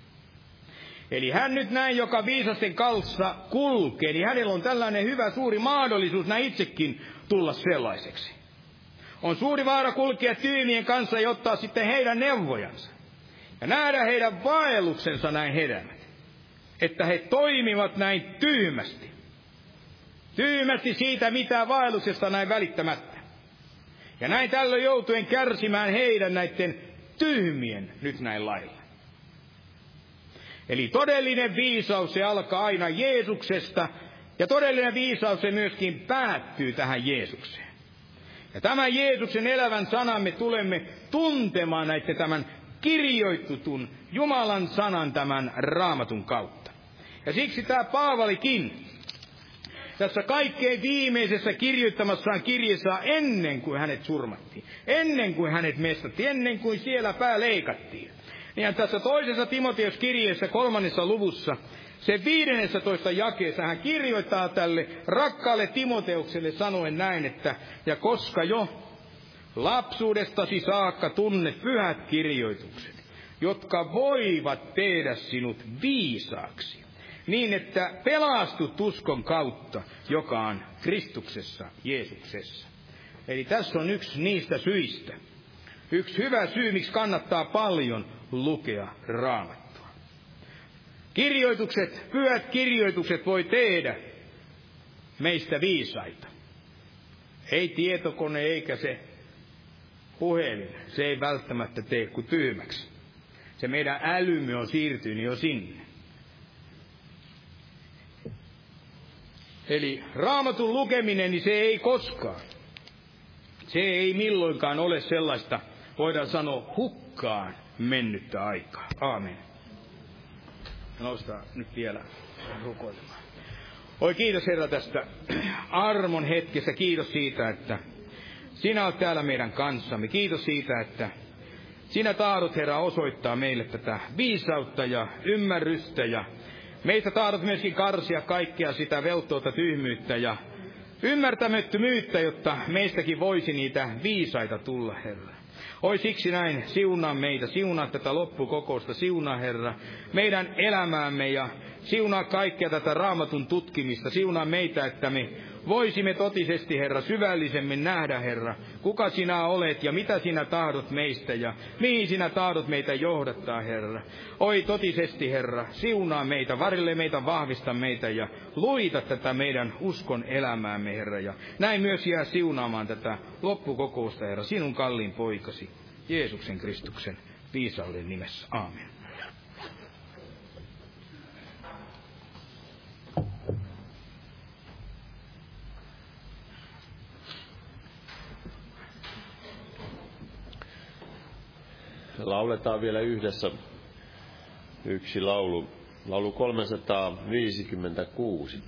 S2: Eli hän nyt näin, joka viisasten kanssa kulkee, niin hänellä on tällainen hyvä suuri mahdollisuus näin itsekin tulla sellaiseksi. On suuri vaara kulkea tyymien kanssa ja ottaa sitten heidän neuvojansa. Ja nähdä heidän vaelluksensa näin hedelmät. Että he toimivat näin tyhmästi. Tyhmästi siitä mitään vaelluksesta näin välittämättä. Ja näin tällöin joutuen kärsimään heidän näiden tyhmien nyt näin lailla. Eli todellinen viisaus se alkaa aina Jeesuksesta. Ja todellinen viisaus se myöskin päättyy tähän Jeesukseen. Ja tämän Jeesuksen elävän sanan me tulemme tuntemaan näiden tämän kirjoitetun Jumalan sanan tämän Raamatun kautta. Ja siksi tämä Paavalikin tässä kaikkein viimeisessä kirjoittamassaan kirjassa ennen kuin hänet surmattiin, ennen kuin hänet mestattiin, ennen kuin siellä pää leikattiin. Niin tässä toisessa Timoteus-kirjeessä kolmannessa luvussa, se viidennentoista jakeessa hän kirjoittaa tälle rakkaalle Timoteukselle sanoen näin, että ja koska jo lapsuudestasi saakka tunnet pyhät kirjoitukset, jotka voivat tehdä sinut viisaaksi, niin että pelastut uskon kautta, joka on Kristuksessa, Jeesuksessa. Eli tässä on yksi niistä syistä. Yksi hyvä syy, miksi kannattaa paljon lukea Raamattua. Kirjoitukset, pyhät kirjoitukset voi tehdä meistä viisaita. Ei tietokone eikä se puhelin, se ei välttämättä tee kuin tyhmäksi. Se meidän älymme on siirtynyt jo sinne. Eli Raamatun lukeminen, niin se ei koskaan, se ei milloinkaan ole sellaista, voidaan sanoa, hukkaan mennyttä aikaa. Aamen. Noustaan nyt vielä rukoilemaan. Oi kiitos Herra tästä armon hetkessä. Kiitos siitä, että sinä olet täällä meidän kanssamme. Kiitos siitä, että sinä tahdot Herra osoittaa meille tätä viisautta ja ymmärrystä. Ja meistä tahdot myöskin karsia kaikkea sitä velttoutta, tyhmyyttä ja ymmärtämättömyyttä, jotta meistäkin voisi niitä viisaita tulla, Herra. Oi siksi näin, siunaa meitä, siunaa tätä loppukokousta, siunaa Herra, meidän elämäämme ja Siunaa kaikkea tätä Raamatun tutkimista. Siunaa meitä, että me voisimme totisesti, Herra, syvällisemmin nähdä, Herra, kuka sinä olet ja mitä sinä tahdot meistä ja mihin sinä tahdot meitä johdattaa, Herra. Oi totisesti, Herra, siunaa meitä, varille meitä, vahvista meitä ja luita tätä meidän uskon elämäämme, Herra. Ja näin myös jää siunaamaan tätä loppukokousta, Herra, sinun kalliin poikasi, Jeesuksen Kristuksen viisauden nimessä. Aamen.
S1: Lauletaan vielä yhdessä yksi laulu, laulu kolmesataaviisikymmentäkuusi.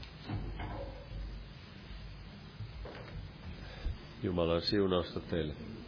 S1: Jumalan siunausta teille.